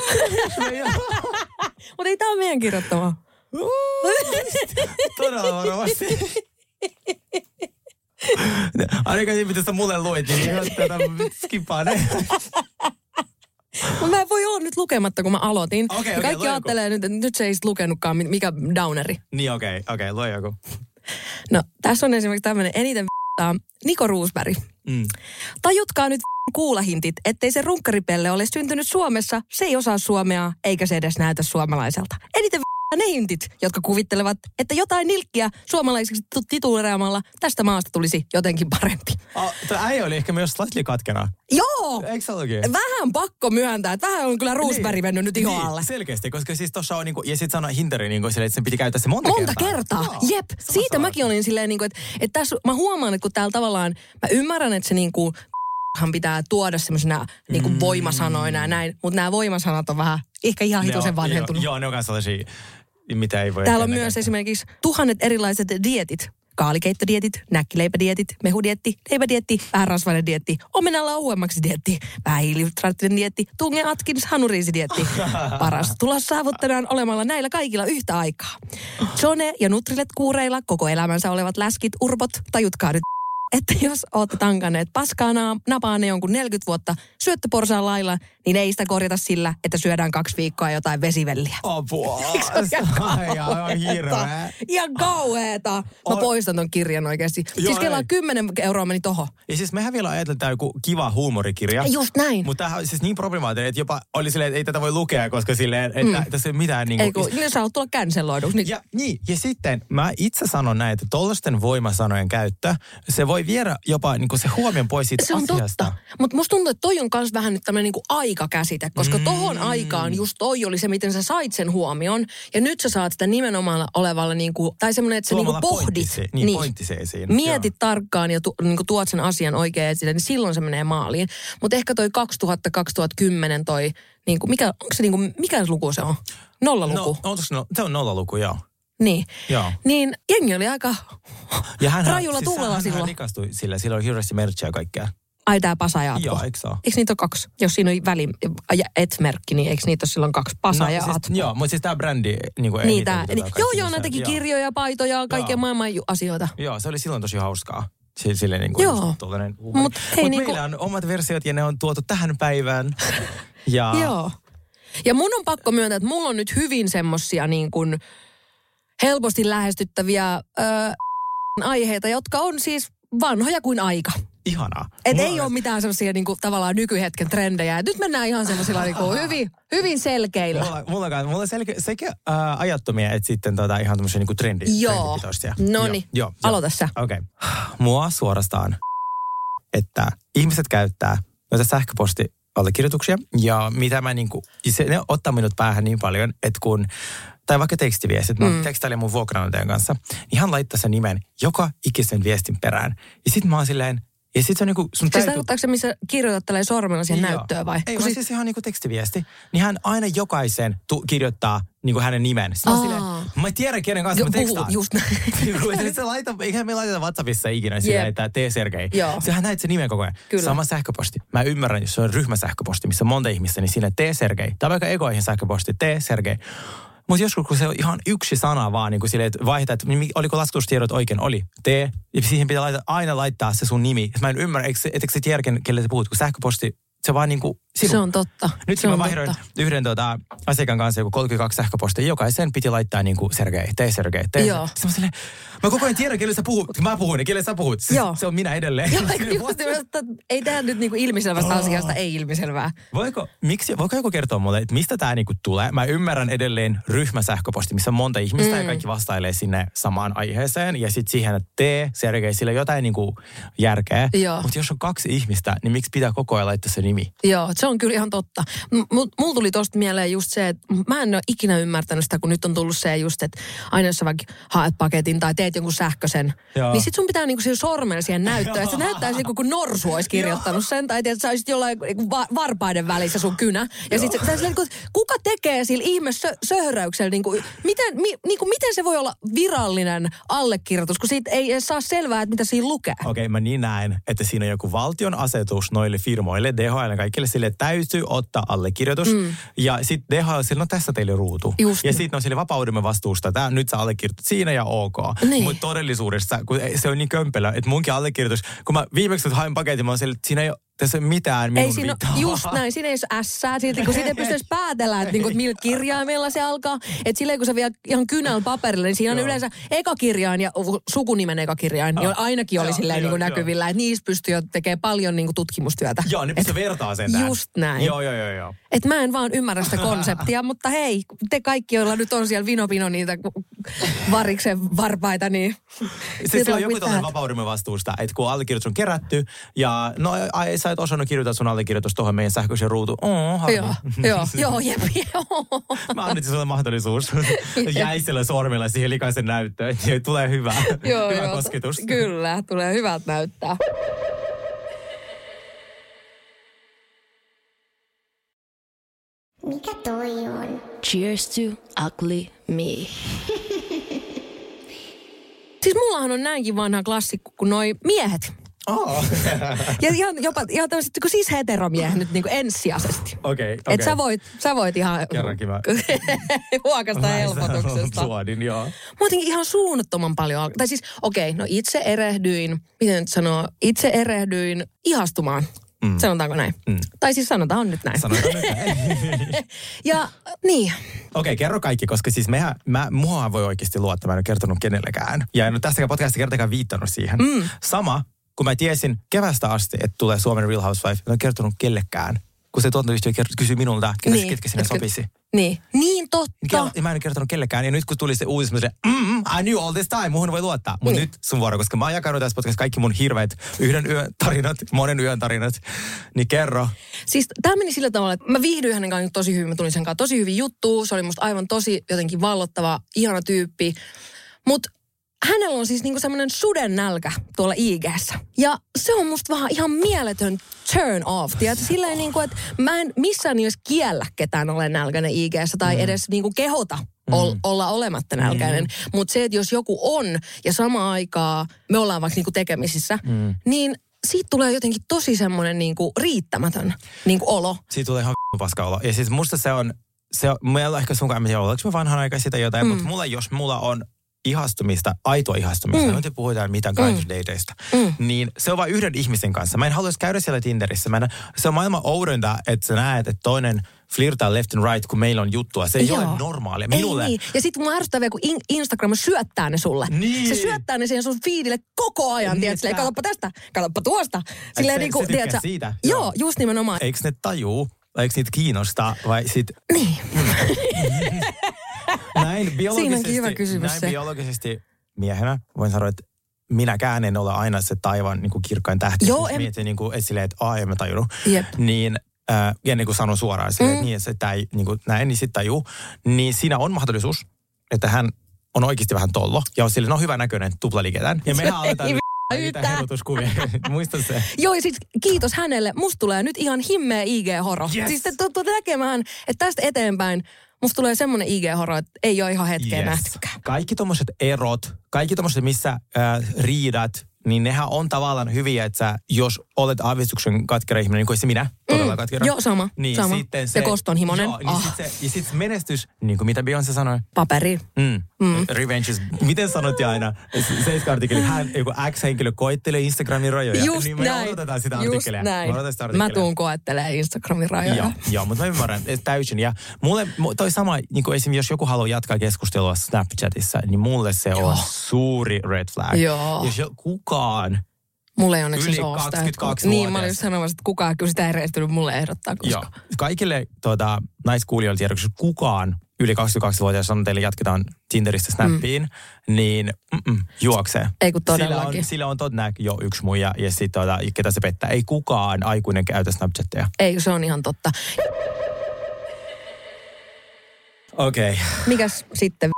Mutta ei tää ole meidän kirjoittama. Todella varovasti. Ainakaan siinä, mitä sä mulle luit, niin ihan tätä skippaa ne. Mä en voi olla nyt lukematta, kun mä aloitin. Okei, Ja okei, kaikki lue ajattelee nyt, että nyt se ei sit lukenutkaan, mikä downeri. Niin okei, okay, okei, okay, lue joku. No, tässä on esimerkiksi tämmönen eniten v***aa Niko Roosberg. Mm. Tajutkaa nyt kuulahintit, ettei se runkkaripelle ole syntynyt Suomessa, se ei osaa suomea, eikä se edes näytä suomalaiselta. Eniten ne hintit, jotka kuvittelevat, että jotain nilkkiä suomalaisiksi tituleeraamalla tästä maasta tulisi jotenkin parempi. Oh, Tämä äijä oli ehkä myös slightly katkena. Joo! Eikö se ollutkin? Vähän pakko myöntää, että vähän on kyllä Roosberg Niin. mennyt nyt ihon Niin, alle. selkeästi, koska siis tuossa on niinku, ja sit sanoi Hinteri niinku silleen, että sen piti käyttää se monta, Monta kertaa. kertaa. Joo. Jep. Sama Siitä sama. mäkin olin silleen, niin kuin, että, että tässä, mä huomaan, että kun täällä tavallaan, mä ymmärrän, että se niin kuin, hän pitää tuoda semmoisena niin kuin voimasanoina ja näin, mutta nämä voimasanat on vähän ehkä ihan Ne hitusen on- vanhentunut. Joo, joo, ne on kanssa sellaisia, mitä ei voi... Täällä on ehkä myös näkään. esimerkiksi tuhannet erilaiset dietit. Kaalikeittodietit, näkkileipädietit, mehudietti, leipädietti, vähän rasvainen dietti, omenalla ohuemmaksi dietti, vähähiilihydraattinen dietti, Tunge Atkins hanuriisidietti. Paras tulos saavutetaan olemalla näillä kaikilla yhtä aikaa. Jone ja Nutrilet kuureilla koko elämänsä olevat läskit, urpot, tajutkaa nyt, että jos olette tankanneet paskaa napaanne jonkun neljäkymmentä vuotta syöttöporsaan lailla, niin ei sitä korjata sillä, että syödään kaksi viikkoa jotain vesivelliä. Apua. Se on ihan Ai, aivan hirveä. Ihan kauheeta. Mä On- poistan ton kirjan oikeasti. Joo, Siis kelaa ei. kymmenen euroa meni tohon. Ja siis mehän vielä ajatellaan, tämä joku kiva huumorikirja. Just näin. Mutta tämähän on siis niin problemaattinen, että jopa oli silleen, että ei tätä voi lukea, koska silleen, että mm. tässä ei ole mitään niin Ei kuin... kun, niin sä oot tulla canceloiduksi. Niin, Ja, niin, ja sitten mä itse sanon näin, että tollaisten voimasanojen käyttö, se voi voi viedä jopa niin kuin se huomion pois siitä se on asiasta. totta. Mutta musta tuntuu, että toi on myös vähän nyt tämmöinen niin aikakäsite, koska mm. tohon aikaan just toi oli se, miten sä sait sen huomion. Ja nyt sä saat sitä nimenomaan olevalla, niin kuin, tai semmoinen, että sä niin kuin pohdit. Se, niin, niin. Pointtiseisiin. Mietit Joo. tarkkaan ja tu, niin kuin tuot sen asian oikein esille, niin silloin se menee maaliin. Mutta ehkä toi kaksituhatta kaksituhattakymmenen toi, niin kuin, mikä, onko se niin kuin, mikä luku se on? Nollaluku. No, no, se on nollaluku, joo. Niin. Joo. Niin jengi oli aika ja hän, rajulla siis tuulella hän, silloin. Hän rikastui sillä, sillä oli hirveästi merchia ja kaikkea. Ai tää Pasa ja Atko. Joo, eikö se ole? Eikö niitä ole kaksi? Jos siinä on väli ja et-merkki, niin eikö niitä ole silloin kaksi? Pasa no, ja siis, Atko. Joo, mutta siis tää brändi niin kuin niin, tää, niin, joo, joo, ne teki kirjoja, paitoja, kaikkia joo. maailman asioita. Joo, se oli silloin tosi hauskaa. Sille niin kuin joo. Mutta Mut niin meillä kuin... on omat versiot ja ne on tuotu tähän päivään. Ja... joo. Ja mun on pakko myöntää, että mulla on nyt hyvin semmosia niin kuin helposti lähestyttäviä öö, aiheita, jotka on siis vanhoja kuin aika. Ihanaa. Et mulla ei on... ole mitään semmoisia niinku, tavallaan nykyhetken trendejä. Et nyt mennään ihan semmoisilla niinku, hyvin, hyvin selkeillä. Mulla, mulla, mulla on selkeä, sekä äh, ajattomia, että sitten tota, ihan tämmöisiä niinku trendi, trendipitoisia. Noniin, aloita sä. Okei. Okay. Mua suorastaan, että ihmiset käyttää noita sähköpostiallekirjoituksia ja mitä mä niinku, se, ne ottaa minut päähän niin paljon, että kun tai vaikka tekstiviestit, mä mm. tekstailin mun vuokranantajan kanssa, niin hän laittaa sen nimen joka ikisen viestin perään. Ja sit mä oon silleen, ja sit se on niinku sun siis täytyy... Siis tarkoittaako se, missä kirjoitat tällä sormella siihen Joo. näyttöön vai? Ei, kun vaan sit... siis ihan niinku tekstiviesti. Niin hän aina jokaisen tu- kirjoittaa niinku hänen nimen. Sitten mä silleen, mä en tiedä kenen kanssa jo, mä tekstaan. Puhut, just näin. se laita, eihän me laiteta WhatsAppissa ikinä silleen, yep. että tee Sergei. Sehän näet se nimen koko ajan. Kyllä. Sama sähköposti. Mä ymmärrän, jos se on ryhmäsähköposti, missä on monta ihmistä, niin siinä tee Sergei. Tai vaikka egoihin sähköposti, tee Sergei. Mutta joskus, kun se on ihan yksi sana vaan, niin kuin silleen, että vaihdetaan, että oliko laskutustiedot oikein, oli, tee. Ja siihen pitää laittaa, aina laittaa se sun nimi. Mä en ymmärrä, eikö se tiedä, kelle sä puhut, kun sähköposti, se vaan niin kuin sivu. Se on totta. Nyt mä vaihdoin yhden tuota, asiakkaan kanssa joku kolmekymmentäkaksi sähköpostia. Jokaisen piti laittaa niin kuin Sergei, tee Sergei, tee. Joo. Sitten mä silleen, mä koko ajan tiedän, kelle sä puhut. Mä puhun ja kelle sä puhut. Se, se on minä edelleen. Joo, just, että ei tehdä nyt niinku ilmiselvästä oh. asiasta, ei ilmiselvää. Voiko, miksi, voiko joku kertoa mulle, että mistä tää niinku tulee? Mä ymmärrän edelleen ryhmäsähköposti, missä on monta ihmistä mm. ja kaikki vastailee sinne samaan aiheeseen. Ja sitten siihen, että tee Sergei, sillä jotain niinku järkeä. Mutta jos on kaksi ihmistä, niin miksi pitää koko ajan laittaa se nimi? Joo, se on kyllä ihan totta. M- mulla tuli tosta mieleen just se, että mä en ole ikinä ymmärtänyt sitä, kun nyt on tullut se just, että aina jos sä vaikka haet paketin tai teet jonkun sähköisen, joo. niin sit sun pitää niinku sillä sormella siihen näyttöä. Että se näyttäisi niinku, kun norsu olisi kirjoittanut sen, tai että sä olisit jollain niinku va- varpaiden välissä sun kynä. Ja sit se, se, kuka tekee sillä ihme sö- söhräyksellä, niinku, miten, mi, niinku, miten se voi olla virallinen allekirjoitus, kun siitä ei saa selvää, että mitä siinä lukee. Okei, okay, mä niin näen, että siinä on joku valtion asetus noille firmoille, D H L ja kaikille, sille täytyy ottaa allekirjoitus. Mm. Ja sitten D H L sille, no tässä teille ruutu. Just ja sitten on sille vapaudemme vastuusta, tää nyt sä allekirjoitat siinä ja ok. Niin. Mutta todellisuudessa, kun se on niin kömpelö, että munkin allekirjoitus, kun mä viimeksi hain paketin, mä oon sille, että siinä ei ole tässä mitään minun ei siinä vitaa. Just näin, siinä ei ole ässää, silti kun siitä ei pystyisi päätellä, että niinku, millä kirjaimella se alkaa. Että silleen kun sä vielä ihan kynällä paperille, niin siinä on yleensä eka kirjain ja sukunimen eka kirjain, niin ainakin oli silleen niinku näkyvillä, että niistä pystyy jo tekemään paljon niinku tutkimustyötä. Joo, niin pystyy vertaa sen tämän. Just näin. Joo, joo, joo, joo. Että mä en vaan ymmärrä sitä konseptia, mutta hei, te kaikki, joilla nyt on siellä vinopino niitä variksen varpaita, niin... Siis se on joku tällainen vapaudemme vastuusta, että kun allekirjoitus on kerätty ja no ai, sä et osannut kirjoittaa sun allekirjoitus tuohon meidän sähköiseen ruutuun. Oh, harmi. Joo, joo, joo, jep, joo. Mä annetin sulle mahdollisuus. Jäisellä sormella siihen likaisen näyttöön. Tulee hyvä, joo, hyvä joo, kosketus. Kyllä, tulee hyvältä näyttää. Mikä toi on? Cheers to ugly me. Siis mullahan on näinkin vanha klassikko kuin noi miehet. Oh. Ja ihan jopa ihan tämmöiset niin siis heteromiehet nyt niin kuin ensisijaisesti. Okei, okay, okei. Että sä voit, sä voit ihan... Kerrankin mä... huokasta helpotuksesta. Suodin, joo. Mä jotenkin ihan suunnattoman paljon... Tai siis, okei, okay, no itse erehdyin, miten nyt sanoo, itse erehdyin ihastumaan. Mm. Sanotaanko näin? Mm. Tai siis sanotaan nyt näin. Sanotaan nyt näin. Ja niin. Okei, okay, kerro kaikki, koska siis mehän, mä, mua voi oikeasti luottaa, mä en ole kertonut kenellekään. Ja en ole tästäkään podcastista kertakaan viittanut siihen. Mm. Sama, kun mä tiesin kevästä asti, että tulee Suomen Real Housewife, en ole kertonut kellekään. Kun se tuotantoyhtiö kysyi minulta, ketä, niin. ketkä sinne sopisi. Niin, niin totta. Ja mä en kertonut kellekään. Ja nyt kun tuli se uusi, mä sanoin, mm, I knew all this time, muhun voi luottaa. Mutta niin. Nyt sun vuoro, koska mä oon jakanut tässä podcastissa kaikki mun hirveät yhden yön tarinat, monen yön tarinat. Niin kerro. Siis tää meni sillä tavalla, että mä viihdyin hänen kanssaan tosi hyvin. Mä tulin sen kanssa tosi hyvin juttuun. Se oli musta aivan tosi jotenkin vallottava, ihana tyyppi. Mutta hänellä on siis niinku semmoinen suden nälkä tuolla I G:ssä. Ja se on musta vähän ihan mieletön turn off. Tiedätkö? Silleen niinku, että mä en missään nimessä kiellä ketään ole nälkäinen I G:ssä tai mm. edes niinku kehota ol, mm. olla olematta nälkäinen. Mm. Mutta se, että jos joku on ja samaan aikaa me ollaan vaikka niinku tekemisissä, mm. niin siitä tulee jotenkin tosi semmoinen niinku riittämätön niinku olo. Siitä tulee ihan paska olo. Ja siis musta se on, se on meillä on ehkä sun kanssa, en tiedä, ollaanko me vanhan aikaa sitä jotain, mm. mutta mulla, jos mulla on ihastumista, aitoa ihastumista, mm. nyt puhutaan mitään kahdeksandateista, mm. niin se on vain yhden ihmisen kanssa. Mä en haluaisi käydä siellä Tinderissä. Mä en, se on maailman oudointa, että sä näet, että toinen flirtaa left and right, kun meillä on juttua. Se ei Joo. ole normaalia. Minulle... Ei niin. Ja sitten mun ärsyttää vielä, kun in- Instagram syöttää ne sulle. Niin. Se syöttää ne siihen sun feedille koko ajan. Niin, tiedät, silleen, katsoppa tästä, katsoppa tuosta. Silleen, se, niin kuin, se tykkää tiedät, siitä? Joo, Joo, just nimenomaan. Eikö ne tajuu? Eikö niitä kiinnostaa? Vai sit... Niin. näin biologisesti, hyvä kysymys näin se. biologisesti miehenä voin sanoa, että minäkään en ole aina se taivaan niin kuin kirkkain tähti. Joo, jos en... mietin niin kuin, että silleen, että aah, en mä tajunnut. Jep. Niin, äh, ja niin kuin sanon suoraan, silleen, mm. että, niin, että sitä ei niin kuin, näin, niin sit tajuu. Niin siinä on mahdollisuus, että hän on oikeasti vähän tollo. Ja on silleen, no hyvä näköinen, tuplaliiketään. Ja mehän aletaan niitä herutuskuvia. Muista se. Joo, ja siis kiitos hänelle. Musta tulee nyt ihan himmeä I G-horo. Yes. Siis te tuutte näkemään, että tästä eteenpäin musta tulee semmoinen I G-horo, että ei ole ihan hetkeä yes. nähtykään. Kaikki tommoset erot, kaikki tommoset, missä äh, riidat, niin nehän on tavallaan hyviä, että sä, jos olet aavistuksen katkera ihminen, niin kuin se minä, todella mm. katkera. Joo, sama. Niin sama. Sitten se, ja kostonhimoinen. Joo, niin oh. sit se, ja sitten menestys, niin kuin mitä Beyoncé sanoi. Paperi. Mm. Mm. Revenge is, miten sanottiin aina? Seitsemän artikkeli, hän, joku X-henkilö koittelee Instagramin rajoja. Just niin me näin. odotetaan sitä Just artikkelia. näin. Me sitä artikkelia. Mä tuun koettelemaan Instagramin rajoja. Joo, joo, mutta mä ymmärrän täysin. Ja mulle toi sama, niin kuin esimerkiksi jos joku haluaa jatkaa keskustelua Snapchatissa, niin mulle se joo. on suuri red flag. Joo. Jos kukaan mulle ei onneksi yli ole sitä. kaksikymmentäkaksi Niin, mä olin just sanomassa, että kukaan kyllä sitä ei reistynyt mulle ehdottaa koskaan. Joo. Kaikille tuota, naiskuulijoille tiedoksi, jos kukaan yli kaksikymmentäkaksivuotias sanoo teille jatketaan Tinderistä Snappiin, mm. niin mm-mm, juoksee. Ei kun todellakin. Sillä on, sillä on todennäkö jo yksi muija ja sitten tuota, ketä se pettää. Ei kukaan aikuinen käytä Snapchatteja. Ei, se on ihan totta. Okei. Okay. Mikäs sitten?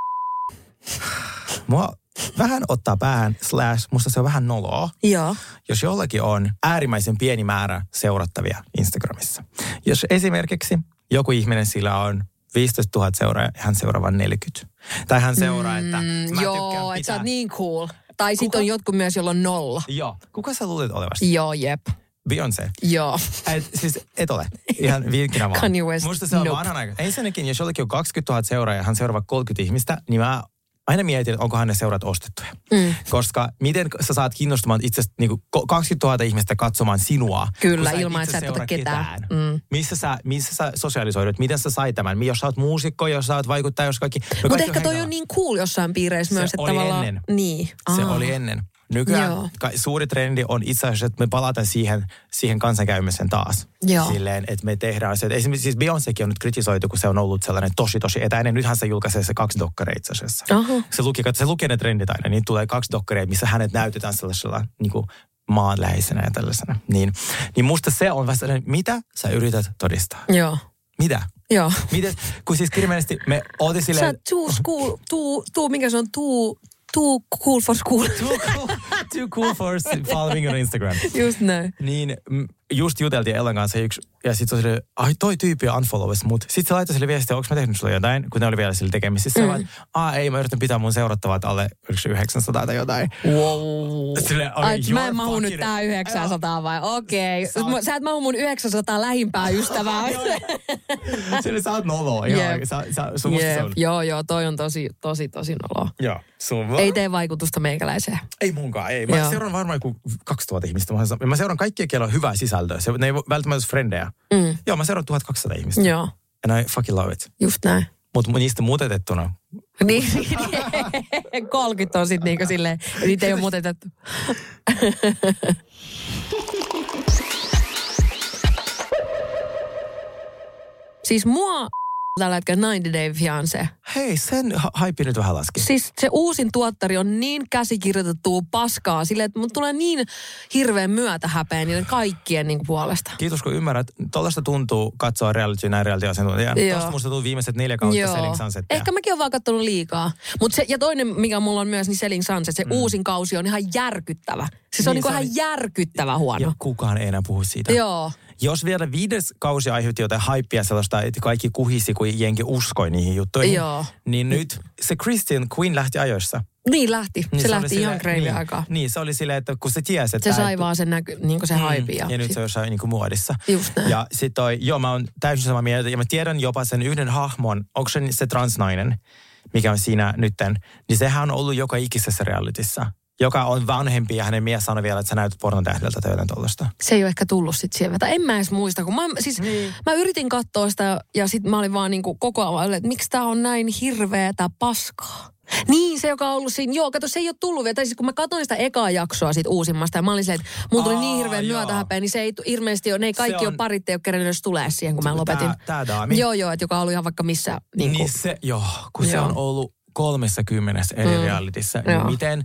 Mua vähän ottaa päähän, slash, musta se on vähän noloa. Joo. Jos jollakin on äärimmäisen pieni määrä seurattavia Instagramissa. Jos esimerkiksi joku ihminen sillä on viisitoista tuhatta seuraajaa ja hän seuraa vain neljäkymmentä. Tai hän seuraa, että mm, mä joo, että sä oot niin cool. Tai sit on jotkut myös, jolla on nolla. Joo. Kuka sä luulet olevasti? Joo, jep. Beyoncé. Joo. Et, siis et ole. Ihan vinkkinä vaan. Kanye West. Musta se on nope. vanhan aika. Ensinnäkin, jos jollakin on kaksikymmentätuhatta seuraajaa ja hän seuraa kolmekymmentä ihmistä, niin mä aina mietin, että onkohan ne seurat ostettuja. Mm. Koska miten sä saat kiinnostumaan itse niin kaksikymmentätuhatta ihmistä katsomaan sinua. Kyllä, ilman että sä et ota ketään. ketään. Mm. Missä, sä, missä sä sosialisoidut? Miten sä sait tämän? Jos sä oot muusikko, jos sä oot vaikuttaja, jos kaikki... No mutta ehkä toi on niin cool jossain piireissä myös, että tavallaan... Ennen. Niin. Se oli ennen. Nykyään ka- suuri trendi on itse asiassa, että me palataan siihen, siihen kansankäymisen taas. Joo. Silleen, että me tehdään se. Esimerkiksi siis Beyoncékin on nyt kritisoitu, kun se on ollut sellainen tosi, tosi etäinen. Nythän se julkaisee se kaksi dokkareita itse asiassa. Uh-huh. Se luki, se lukee ne trendit aina, niin tulee kaksi dokkareita, missä hänet näytetään sellaisella niin kuin maanläheisenä ja tällaisena. Niin, niin musta se on vasta mitä sä yrität todistaa? Joo. Mitä? Joo. Miten? Kun siis kirjaimellisesti me ootin silleen... Sä oot too school, too, too, mikä se on, too... Too cool for school. Too cool, too cool for following on Instagram. Just näin. Niin just juteltiin Ellen kanssa yksi, ja sitten se oli, ai toi tyyppi on unfollowers mut. Sitten se laittoi sille viestiä, onko mä tehnyt sulle jotain, kun ne oli vielä sille tekemisissä. Mm. Vaan, aa ei, mä yritän pitää mun seurattavat alle yhdeksänsataa tai jotain. Wow. Sille, okay, ai, mä en mahu nyt tää yhdeksänsataa vai? Okei. Okay. Sä et mahu mun yhdeksänsataa lähimpää ystävää. Sille sä oot noloa. Yep. Sä, sä, sun yep. se on. Joo, joo, toi on tosi, tosi, tosi noloa. Joo. Sun ei tee vaikutusta meikäläiseen. Ei munkaan, ei. Mä joo. seuraan varmaan joku kaksituhatta ihmistä. Mä seuraan kaikkia, joilla on hyvää sisältöä. Se, ne ei välttämättä ole frendejä. Mm. Joo, mä seuraan tuhatkaksisataa ihmistä. Joo. And I fucking love it. Just näin. Mutta niistä muutetettuna. Niin, kolmekymmentä on sitten niinku silleen, niitä ei ole muutetettu. Siis mua tällä hetkellä ninety Day Fiancé. Hei, sen haipi nyt vähän laski. Siis se uusin tuottari on niin käsikirjoitettua paskaa silleen, että mut tulee niin hirveän myötähäpeä niiden kaikkien niin kuin puolesta. Kiitos kun ymmärrät. Tuollaista tuntuu katsoa reality näin reality-asiantuntijaa. Tuosta musta tuntuu viimeiset neljä kautta Selling Sunsetia. Ehkä mäkin oon vaan katsonut liikaa. Mut se, ja toinen, mikä mulla on myös, niin Selling Sunset, se mm. uusin kausi on ihan järkyttävä. Siis on niin, niin ihan järkyttävä huono. Ja kukaan ei enää puhu siitä. Joo. Jos vielä viides kausi aiheutti jotain haippia sellaista, että kaikki kuhisi, kun jenki uskoi niihin juttuihin, Joo. niin nyt se Christian Queen lähti ajoissa. Niin lähti. Niin se, se lähti ihan kreivin niin, aikaa. Niin, se oli silleen, että kun se tiesi, että... Se sai vaan sen näky, niin kuin se mm, haipi. Ja, ja nyt sit... se on jossain niin kuin muodissa. Just näin. Ja sit toi, joo, mä oon täysin samaa mieltä. Ja mä tiedän jopa sen yhden hahmon, onko se se transnainen, mikä on siinä nytten, niin sehän on ollut joka ikisessä realityssä. Joka on vanhempi ja hänen mies sanoi vielä, että sä näytät pornotähdeltä tai jotain tuollaista. Se ei ole ehkä tullut sit sieltä. Tai en mä edes muista, kun mä, siis, niin. mä yritin katsoa sitä ja sit mä olin vaan niinku koko ajan, että miksi tää on näin hirveetä paskaa. Niin, se joka on ollut siinä, joo, kato, se ei ole tullut vielä. Tai siis kun mä katsoin sitä ekaa jaksoa siitä uusimmasta ja mä olin se, että mulla tuli Aa, niin hirveän myötähäpeä, niin se ei ilmeisesti ole, ne ei kaikki on, ole parit, ei ole kerennyt edes tulee siihen, kun mä lopetin. Tää, tää daami. Joo, joo, että joka on ollut ihan vaikka missä. Niin, niin se, joo, kun joo. se on ollut kolmessa kymmenessä eri mm. realityssä, niin miten...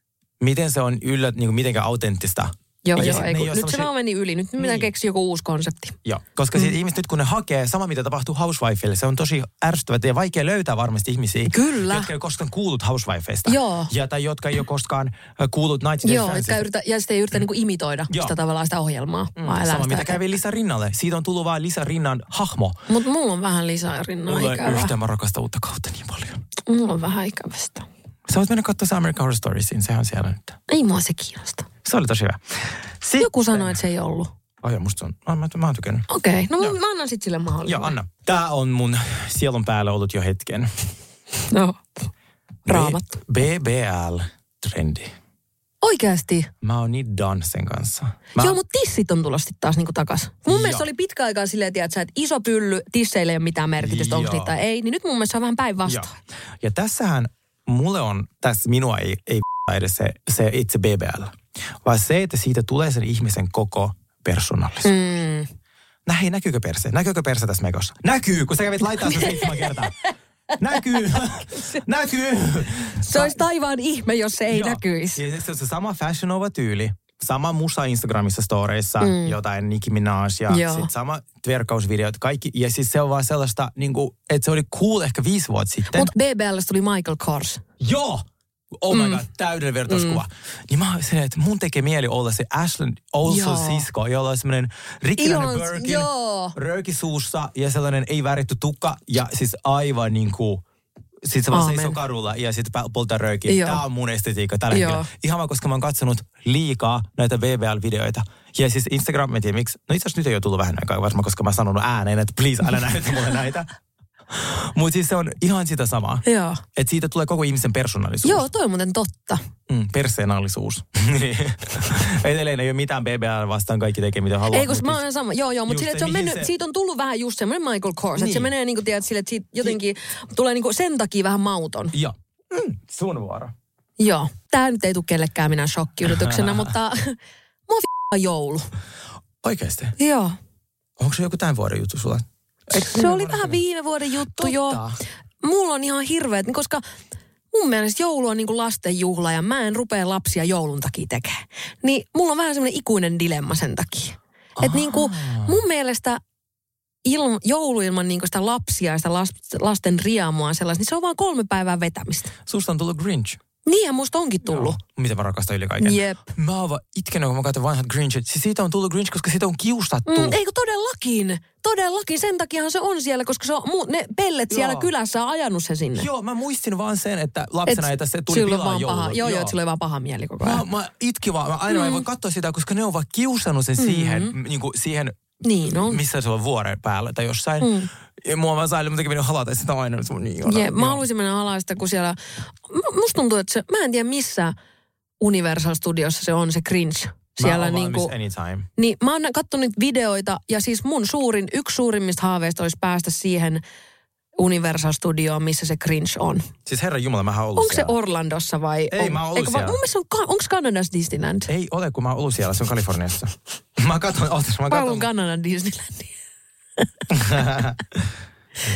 Miten se on yllä, niin kuin mitenkään autenttista. Joo, ja joo, ei, kun, nyt sellaisia... se vaan meni yli. Nyt niin. Minä keksin joku uusi konsepti. Joo, koska mm. ihmiset nyt kun ne hakee, sama mitä tapahtuu Housewifeille, se on tosi ärsyttävää ja vaikea löytää varmasti ihmisiä, Kyllä. jotka ei ole koskaan kuullut Housewifeista. Joo. Ja tai jotka ei ole koskaan kuullut ninety Day Joo, etkä yritä, ja sitten ei yritä mm. niinku imitoida Joo. sitä tavallaan sitä ohjelmaa. Mm. Sama sitä mitä kävi Lisa Rinnalle. Siitä on tullut vaan Lisa Rinnan hahmo. Mutta mulla on vähän Lisa Rinnan mulla ikävä. Mulla on yhtä, mä rakastan uutta kautta niin paljon. Mulla on vähän ikävästä. Sä voit mennä katsoa American Horror Storiesin, sehän on siellä nyt. Ei mua se kiinnosta. Se oli tosi hyvä. Sitten... Joku sanoi, että se ei ollut. Ai oh, musta on. Mä, mä, mä oon tykännyt. Okei, okay. No mä annan sitten sille mahdollisuuden. Joo, anna. Tää on mun sielun päällä ollut jo hetken. No, raamattu. B B L-trendi. Oikeasti? Mä oon niin done sen kanssa. Mä... Joo, mutta tissit on tulossa taas niinku takas. Mun Joo. mielestä oli pitkä aikaa silleen, tiedätkö, että iso pylly, tisseille ei ole mitään merkitystä, onko niitä tai ei. Niin nyt mun mielestä on vähän päinvastoin. Ja tässähän mulle on, tässä minua ei, ei edes se, se itse B B L, vaan se, että siitä tulee sen ihmisen koko persoonallisuus. Mm. Nä, hei, näkyykö perse? Näkyykö perse tässä mekossa? Näkyy, kun sä kävit laittaa sen seitsemän kertaa. Näkyy! Näkyy! Se olisi taivaan ihme, jos se ei Joo. näkyisi. Ja se on se sama Fashion Nova-tyyli. Sama musa Instagramissa storeissa, mm. jotain Nicki Minaj ja sit sama tverkausvideot, kaikki. Ja siis se on vaan sellaista, niin kuin, että se oli cool ehkä viisi vuotta sitten. Mutta B B L:stä tuli Michael Kors. Joo! Oh my mm. god, täydellinen vertauskuva. Mm. Niin mä oon silleen, että mun tekee mieli olla se Ashley Olsen-sisko, jolla on semmoinen rikkinäinen Birkin, rööki suussa ja sellainen ei väritty tukka ja siis aivan niin kuin... Sitten se vaan seisoo kadulla ja sitten polttaa röökiä. Tämä on mun estetiikka tällä Joo. hetkellä. Ihan vaan, koska mä oon katsonut liikaa näitä B B L-videoita. Ja siis Instagram, en tiedä miksi. No itse asiassa nyt ei ole tullut vähän aikaa, varmaan koska mä oon sanonut ääneen, että please, älä näytä mulle näitä. Mutta siis se on ihan sitä samaa. Joo. Että siitä tulee koko ihmisen persoonallisuus. Joo, toi on muuten totta. Mm, persoonallisuus. Edelleen ei ole mitään B B L vastaan, kaikki tekee mitä haluaa. Ei, koska mä oon sama. Joo, joo, mutta sille, se on mennyt, se... siitä on tullut vähän just semmoinen Michael Kors. Niin. Että se menee niin kuin, tiedät, sille, että siitä jotenkin si- tulee niin kuin sen takia vähän mauton. Joo. Mm, sun vuoro. Joo. Tää nyt ei tule kellekään minä shokkiyllätyksenä, mutta mua f***a joulu. Oikeesti? Joo. Onko se joku tämän vuoden juttu sulla? Se oli vähän viime vuoden juttu, joo. Mulla on ihan hirveet, koska mun mielestä joulu on niin kuin lastenjuhla ja mä en rupea lapsia joulun takia tekemään. Niin mulla on vähän semmoinen ikuinen dilemma sen takia. Että niin kuin mun mielestä ilma, joulu ilman niin kuin sitä lapsia ja sitä lasten riamua sellaista, niin se on vaan kolme päivää vetämistä. Susta on tullut Grinch. Niinhän musta onkin tullut. Joo. Mitä mä rakastan yli kaiken. Jep. Mä oon vaan itkenyt, kun mä katson vanhat Grinchit. Siis siitä on tullut Grinch, koska siitä on kiusattu. Mm, eikö todellakin? Todellakin. Sen takiahan se on siellä, koska se on, ne pellet siellä joo. kylässä on ajanut se sinne. Joo, mä muistin vaan sen, että lapsena et, että se tuli pilaa joulun. Joo, joo, joo, että sillä oli vaan paha mieli koko ajan. Mä, mä itkin vaan. Mä aina mm. voin katsoa sitä, koska ne on vaan kiusannut sen mm-hmm. siihen, niin kuin siihen, niin on. missä se on vuoren päällä tai jossain. Mm. Ja mua vaan sain, mutta minun halata sitä aina. Se on niin ihana. Yeah, mä haluaisin mennä halaista, kun siellä... Musta tuntuu, että se... Mä en tiedä missä Universal Studiossa se on, se Grinch. Siellä mä niinku, anytime. Niin mä oon katsonut niitä videoita ja siis mun suurin, yksi suurimmista haaveista olisi päästä siihen Universal Studioon, missä se Grinch on. Siis herran jumala, mä oon ollut Onko siellä. se Orlandossa vai? Ei, on, mä oon ollut eikö, siellä. Mun mielestä on, onko Kanadassa Disneyland? Ei ole, kun mä oon ollut siellä, se on Kaliforniassa. mä katson, ootas, mä katson. Mä oon Kanadan Disneylandia.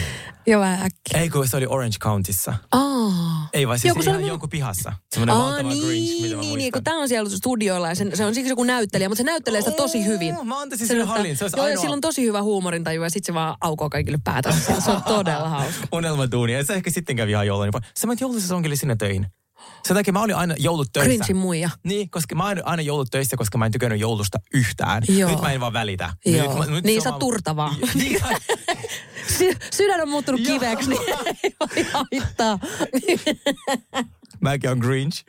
Jo vähän äkkiä. Ei, kun se oli Orange Countyssa. Aa. Ei vaan siis Joku ihan se on... jonkun pihassa. Semmoinen Aa, valtava niin, Grinch, mitä mä niin, muistan. niin, kun tää on siellä studioilla ja sen, se on siksi joku näyttelijä, mutta se näyttelee sitä tosi hyvin. Mä antaisin sille hallin, se olisi joo, ainoa. ja sillä on tosi hyvä huumorintaju ja sit se vaan aukoo kaikille päätä. Se on todella hauska. Unelmatuuni. Ja se ehkä sitten kävi ihan joulun. Sä menet joulusesongille sinne töihin. Sen takia mä olin aina joulut töissä. Grinch'in muija. Niin, koska mä olin aina joulut töissä, koska mä en tykännyt joulusta yhtään. Joo. Nyt mä en vaan välitä. Joo. Nyt, mä, nyt niin se sä on oot turtavaa. Niin, Sy- sydän on muuttunut Joo. kiveksi, niin ei haittaa. Mäkin on Grinch.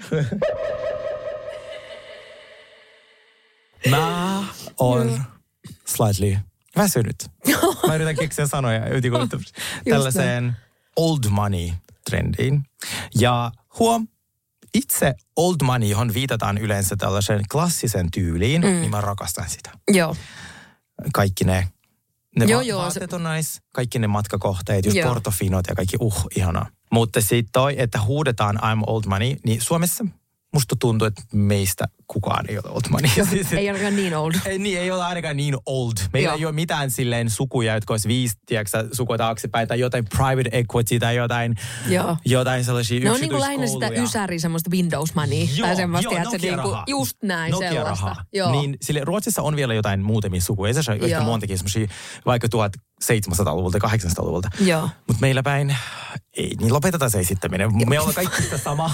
Mä oon slightly väsynyt. Mä yritän keksiä sanoja tällaiseen old money-trendiin. Ja huom, itse old money, johon viitataan yleensä tällaisen klassisen tyyliin, mm. niin mä rakastan sitä. Joo. Kaikki ne, ne joo, va- joo, vaatteet se... on nais, kaikki ne matkakohteet, just Joo. portofinot ja kaikki, uh, ihanaa. Mutta sitten toi, että huudetaan I'm old money, niin Suomessa musta tuntuu, että meistä kukaan ei ole old money. Siis, Ei ainakaan niin old. Ei, niin, ei ole ainakaan niin old. Meillä Joo. ei ole mitään silleen sukuja, jotka olisi viisi, tiedätkö, sukua taaksepäin, tai jotain private equity, tai jotain, Joo. jotain sellaisia Ne on niin kuin lähinnä yksityiskouluja. sitä ysäri, semmoista Windows money. Joo, tai semmoista, joo, että se niin kuin, Nokia-rahaa. just näin Nokia-rahaa. sellaista. Joo. Niin sille Ruotsissa on vielä jotain muutamia sukuja. Ei se ole ehkä Joo. montakin semmoisia vaikka tuhatseitsemänsataaluvulta, kahdeksansataaluvulta. Joo. Mutta meillä päin, ei, niin lopetetaan se esittäminen. Me ollaan kaikki sitä sama.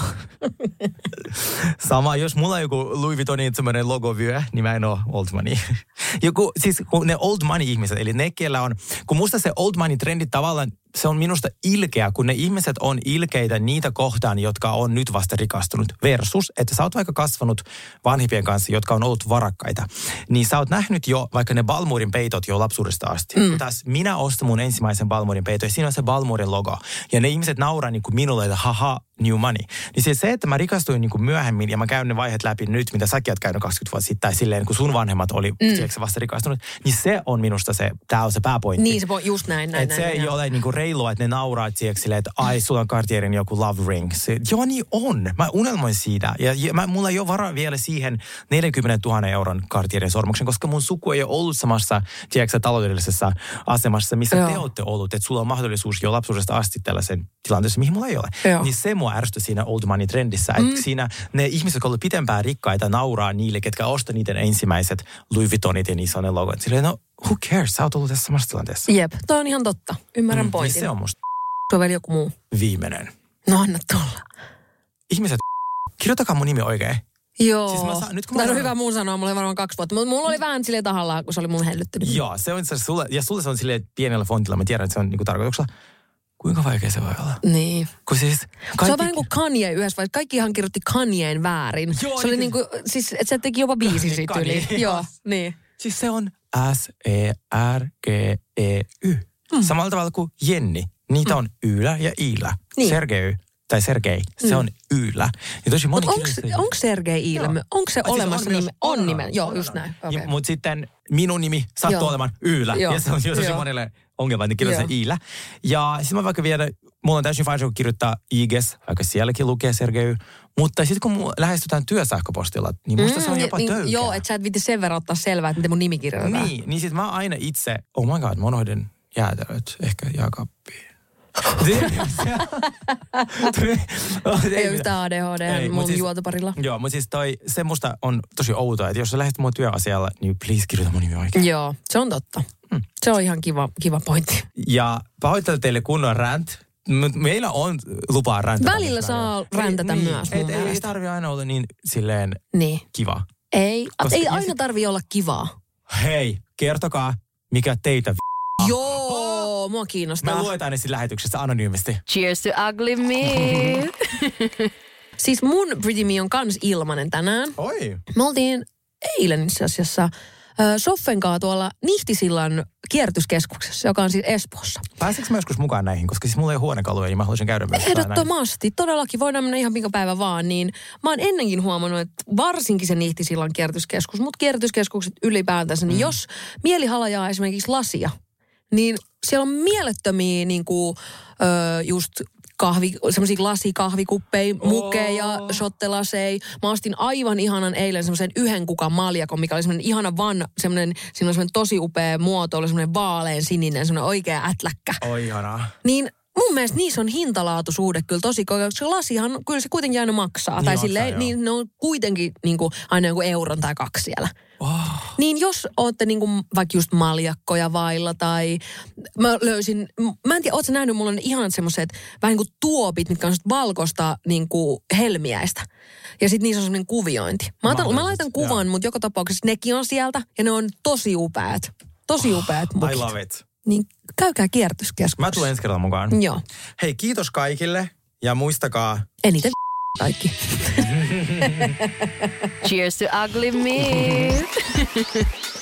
sama. Jos mulla on joku Louis Vuittonin semmoinen logovyö, niin mä en ole old money. Joku, siis kun ne old money ihmiset, eli ne, kellä on, kun musta se old money trendi tavallaan, se on minusta ilkeä, kun ne ihmiset on ilkeitä niitä kohtaan, jotka on nyt vasta rikastunut. Versus, että sä oot vaikka kasvanut vanhimpien kanssa, jotka on ollut varakkaita. Niin sä oot nähnyt jo vaikka ne Balmurin peitot jo lapsuudesta asti. Mm. Taas minä ostan mun ensimmäisen Balmurin peiton ja siinä on se Balmurin logo. Ja ne ihmiset nauraa niin kuin minulle, että haha, new money. Niin siis se, että mä rikastuin niin kuin myöhemmin ja mä käyn ne vaiheet läpi nyt, mitä säkin oot käynyt kaksikymmentä vuotta sitten, tai silleen, kun sun vanhemmat oli mm. vasta rikastunut, niin se on minusta se, tää on se pääpointti. Niin se voi, just näin, näin, Että se näin, ei näin. ole niin kuin reilua, että ne nauraa silleen, että ai, sulla on Cartierin joku love ring. Se, joo, niin on. Mä unelmoin siitä. Ja, ja mä, mulla ei ole varaa vielä siihen neljäkymmentätuhatta euron Cartierin sormuksen, koska mun suku ei ole ollut samassa, tiedätkö, taloudellisessa asemassa, missä joo. te olette ollut. Että sulla on mahdollisuus jo lapsuudesta asti tällaisen tilanteessa, mihin mulla ei ole. Joo. Niin se mua ärsytti siinä old money trendissä. Mm. Että siinä ne ihmiset, jotka ovat pitempään rikkaita, nauraa niille, ketkä ostaa niiden ensimmäiset Louis Vuittonit ja niissä on ne logot. Silleen, no, who cares? Sä oot ollut tässä samassa tilanteessa. Jep, toi on ihan totta. Ymmärrän Mm, pointin. niin se on musta Se on vielä joku muu. viimeinen. No anna tulla. Ihmiset, kirjoitakaa mun nimi oikein. Joo. Siis mä saan- nyt kun mä Tämä on sanon- hyvä mun sanoa, mulla oli varmaan kaksi vuotta. Mutta mulla oli vähän silleen tahallaan, kun se oli mun hellyttynyt. Joo, se on se sulle, ja sulle se on silleen pienellä fontilla, mä tiedän, että se on niinku tarkoituksella. Kuinka vaikea se voi olla? Niin. Kun siis kaikki... Se on vähän kuin Kanye yhdessä vaiheessa. Kaikkihan kirjoitti Kanyeen väärin. Joo, se oli niin- niin kuin, siis että se teki jopa biisin siitä Kanye, yli. Joo, niin. Siis se on S E R G E Y. Mm. Samalla tavalla kuin Jenni. Niitä mm. on Ylä ja Iilä. Niin. Sergei tai Sergei, se Mm. on Ylä. Ja tosi moni Mutta onko kirjoittaa- Sergei Ilme? Joo. Onko se Ai siis olemassa on myös- nime? On on, nimen. on, Joo, on, just on. näin. Ja, Okay. mutta sitten minun nimi sattuu Joo. olemaan Ylä. Joo. Ja se on jo tosi Joo. monelle ongelma, niin kirjoittaa Joo. Iilä. Ja sitten mä vaikka vielä, mulla on täysin fine, kun kirjoittaa I G S, vaikka sielläkin lukee Sergei. Mutta sitten kun mua lähestytään työsähköpostilla, niin musta se on jopa niin, töykeä. joo, että sä et viitti sen verran ottaa selvää, että miten mun nimi kirjoitetaan. Niin, niin sit mä aina itse, oh my god, mä unohdin jäätelöt ehkä jääkaappiin. Ei ole yhtään A D H D Ei, mut mun siis- juotoparilla. Joo, mutta siis toi, se musta on tosi outoa, että jos sä lähdet mun työasialla, niin please kirjoita mun nimi oikein. Joo, se on totta. Hmm. Se on ihan kiva, kiva pointti. Ja pahoittelen teille kunnon rant. Mut meillä on lupaa räntätä. Välillä myös saa välillä. räntätä niin, myös mun et, ei, ei mielestä. tarvi aina olla niin silleen Niin. kiva. Ei, Koska- ei ja aina sit- tarvii olla kivaa. Hei, kertokaa, mikä teitä v***. Joo, mua Me kiinnostaa. luetaan ne siinä lähetyksessä anonyymisti. Cheers to ugly me. Siis mun Pretty Me on kans ilmanen tänään. Oi. Me oltiin eilen itse asiassa ö, Soffen kanssa tuolla Nihtisillan kierrätyskeskuksessa, joka on siis Espoossa. Pääseekö mä joskus mukaan näihin? Koska siis mulla ei ole huonekaluja, niin mä haluaisin käydä myös. Ehdottomasti, todellakin voidaan mennä ihan minkä päivä vaan, niin mä oon ennenkin huomannut, että varsinkin se Nihtisillan kierrätyskeskus, mutta kierrätyskeskukset ylipäätänsä, niin mm. jos mieli halajaa esimerkiksi lasia, niin siellä on mielettömiä niin kuin, ö, just kahvi, semmoisia lasikahvikuppeja, mukeja, oh. shottelaseja. Mä ostin aivan ihanan eilen semmoisen yhden kukan maljakon, mikä oli semmoinen ihana van, semmoinen, siinä oli semmoinen tosi upea muoto, oli semmoinen vaalean sininen, semmoinen oikea ätläkkä. Oi ihanaa. Niin mun mielestä niissä on hintalaatusuhde kyllä tosi, koska lasihan kyllä se kuitenkin aina maksaa. Niin tai maksaa, silleen, niin ne on kuitenkin niin kuin aina joku euron tai kaksi siellä. Oh. Niin jos ootte niin kuin vaikka just maljakkoja vailla tai mä löysin, mä en tiedä, ootko sä nähnyt, mulla on ihanat semmoiset vähän niin kuin tuopit, mitkä on valkoista niin kuin helmiäistä. Ja sit niissä on semmoinen kuviointi. Mä, otan, mä laitan kuvan, mutta joka tapauksessa nekin on sieltä ja ne on tosi upeat. Tosi upeat oh, mukit. I love it. Niin käykää kierrätyskeskuksessa. Mä tulen ensi kerralla mukaan. Joo. Hei, kiitos kaikille ja muistakaa. Eniten kaikki. Cheers to ugly meat.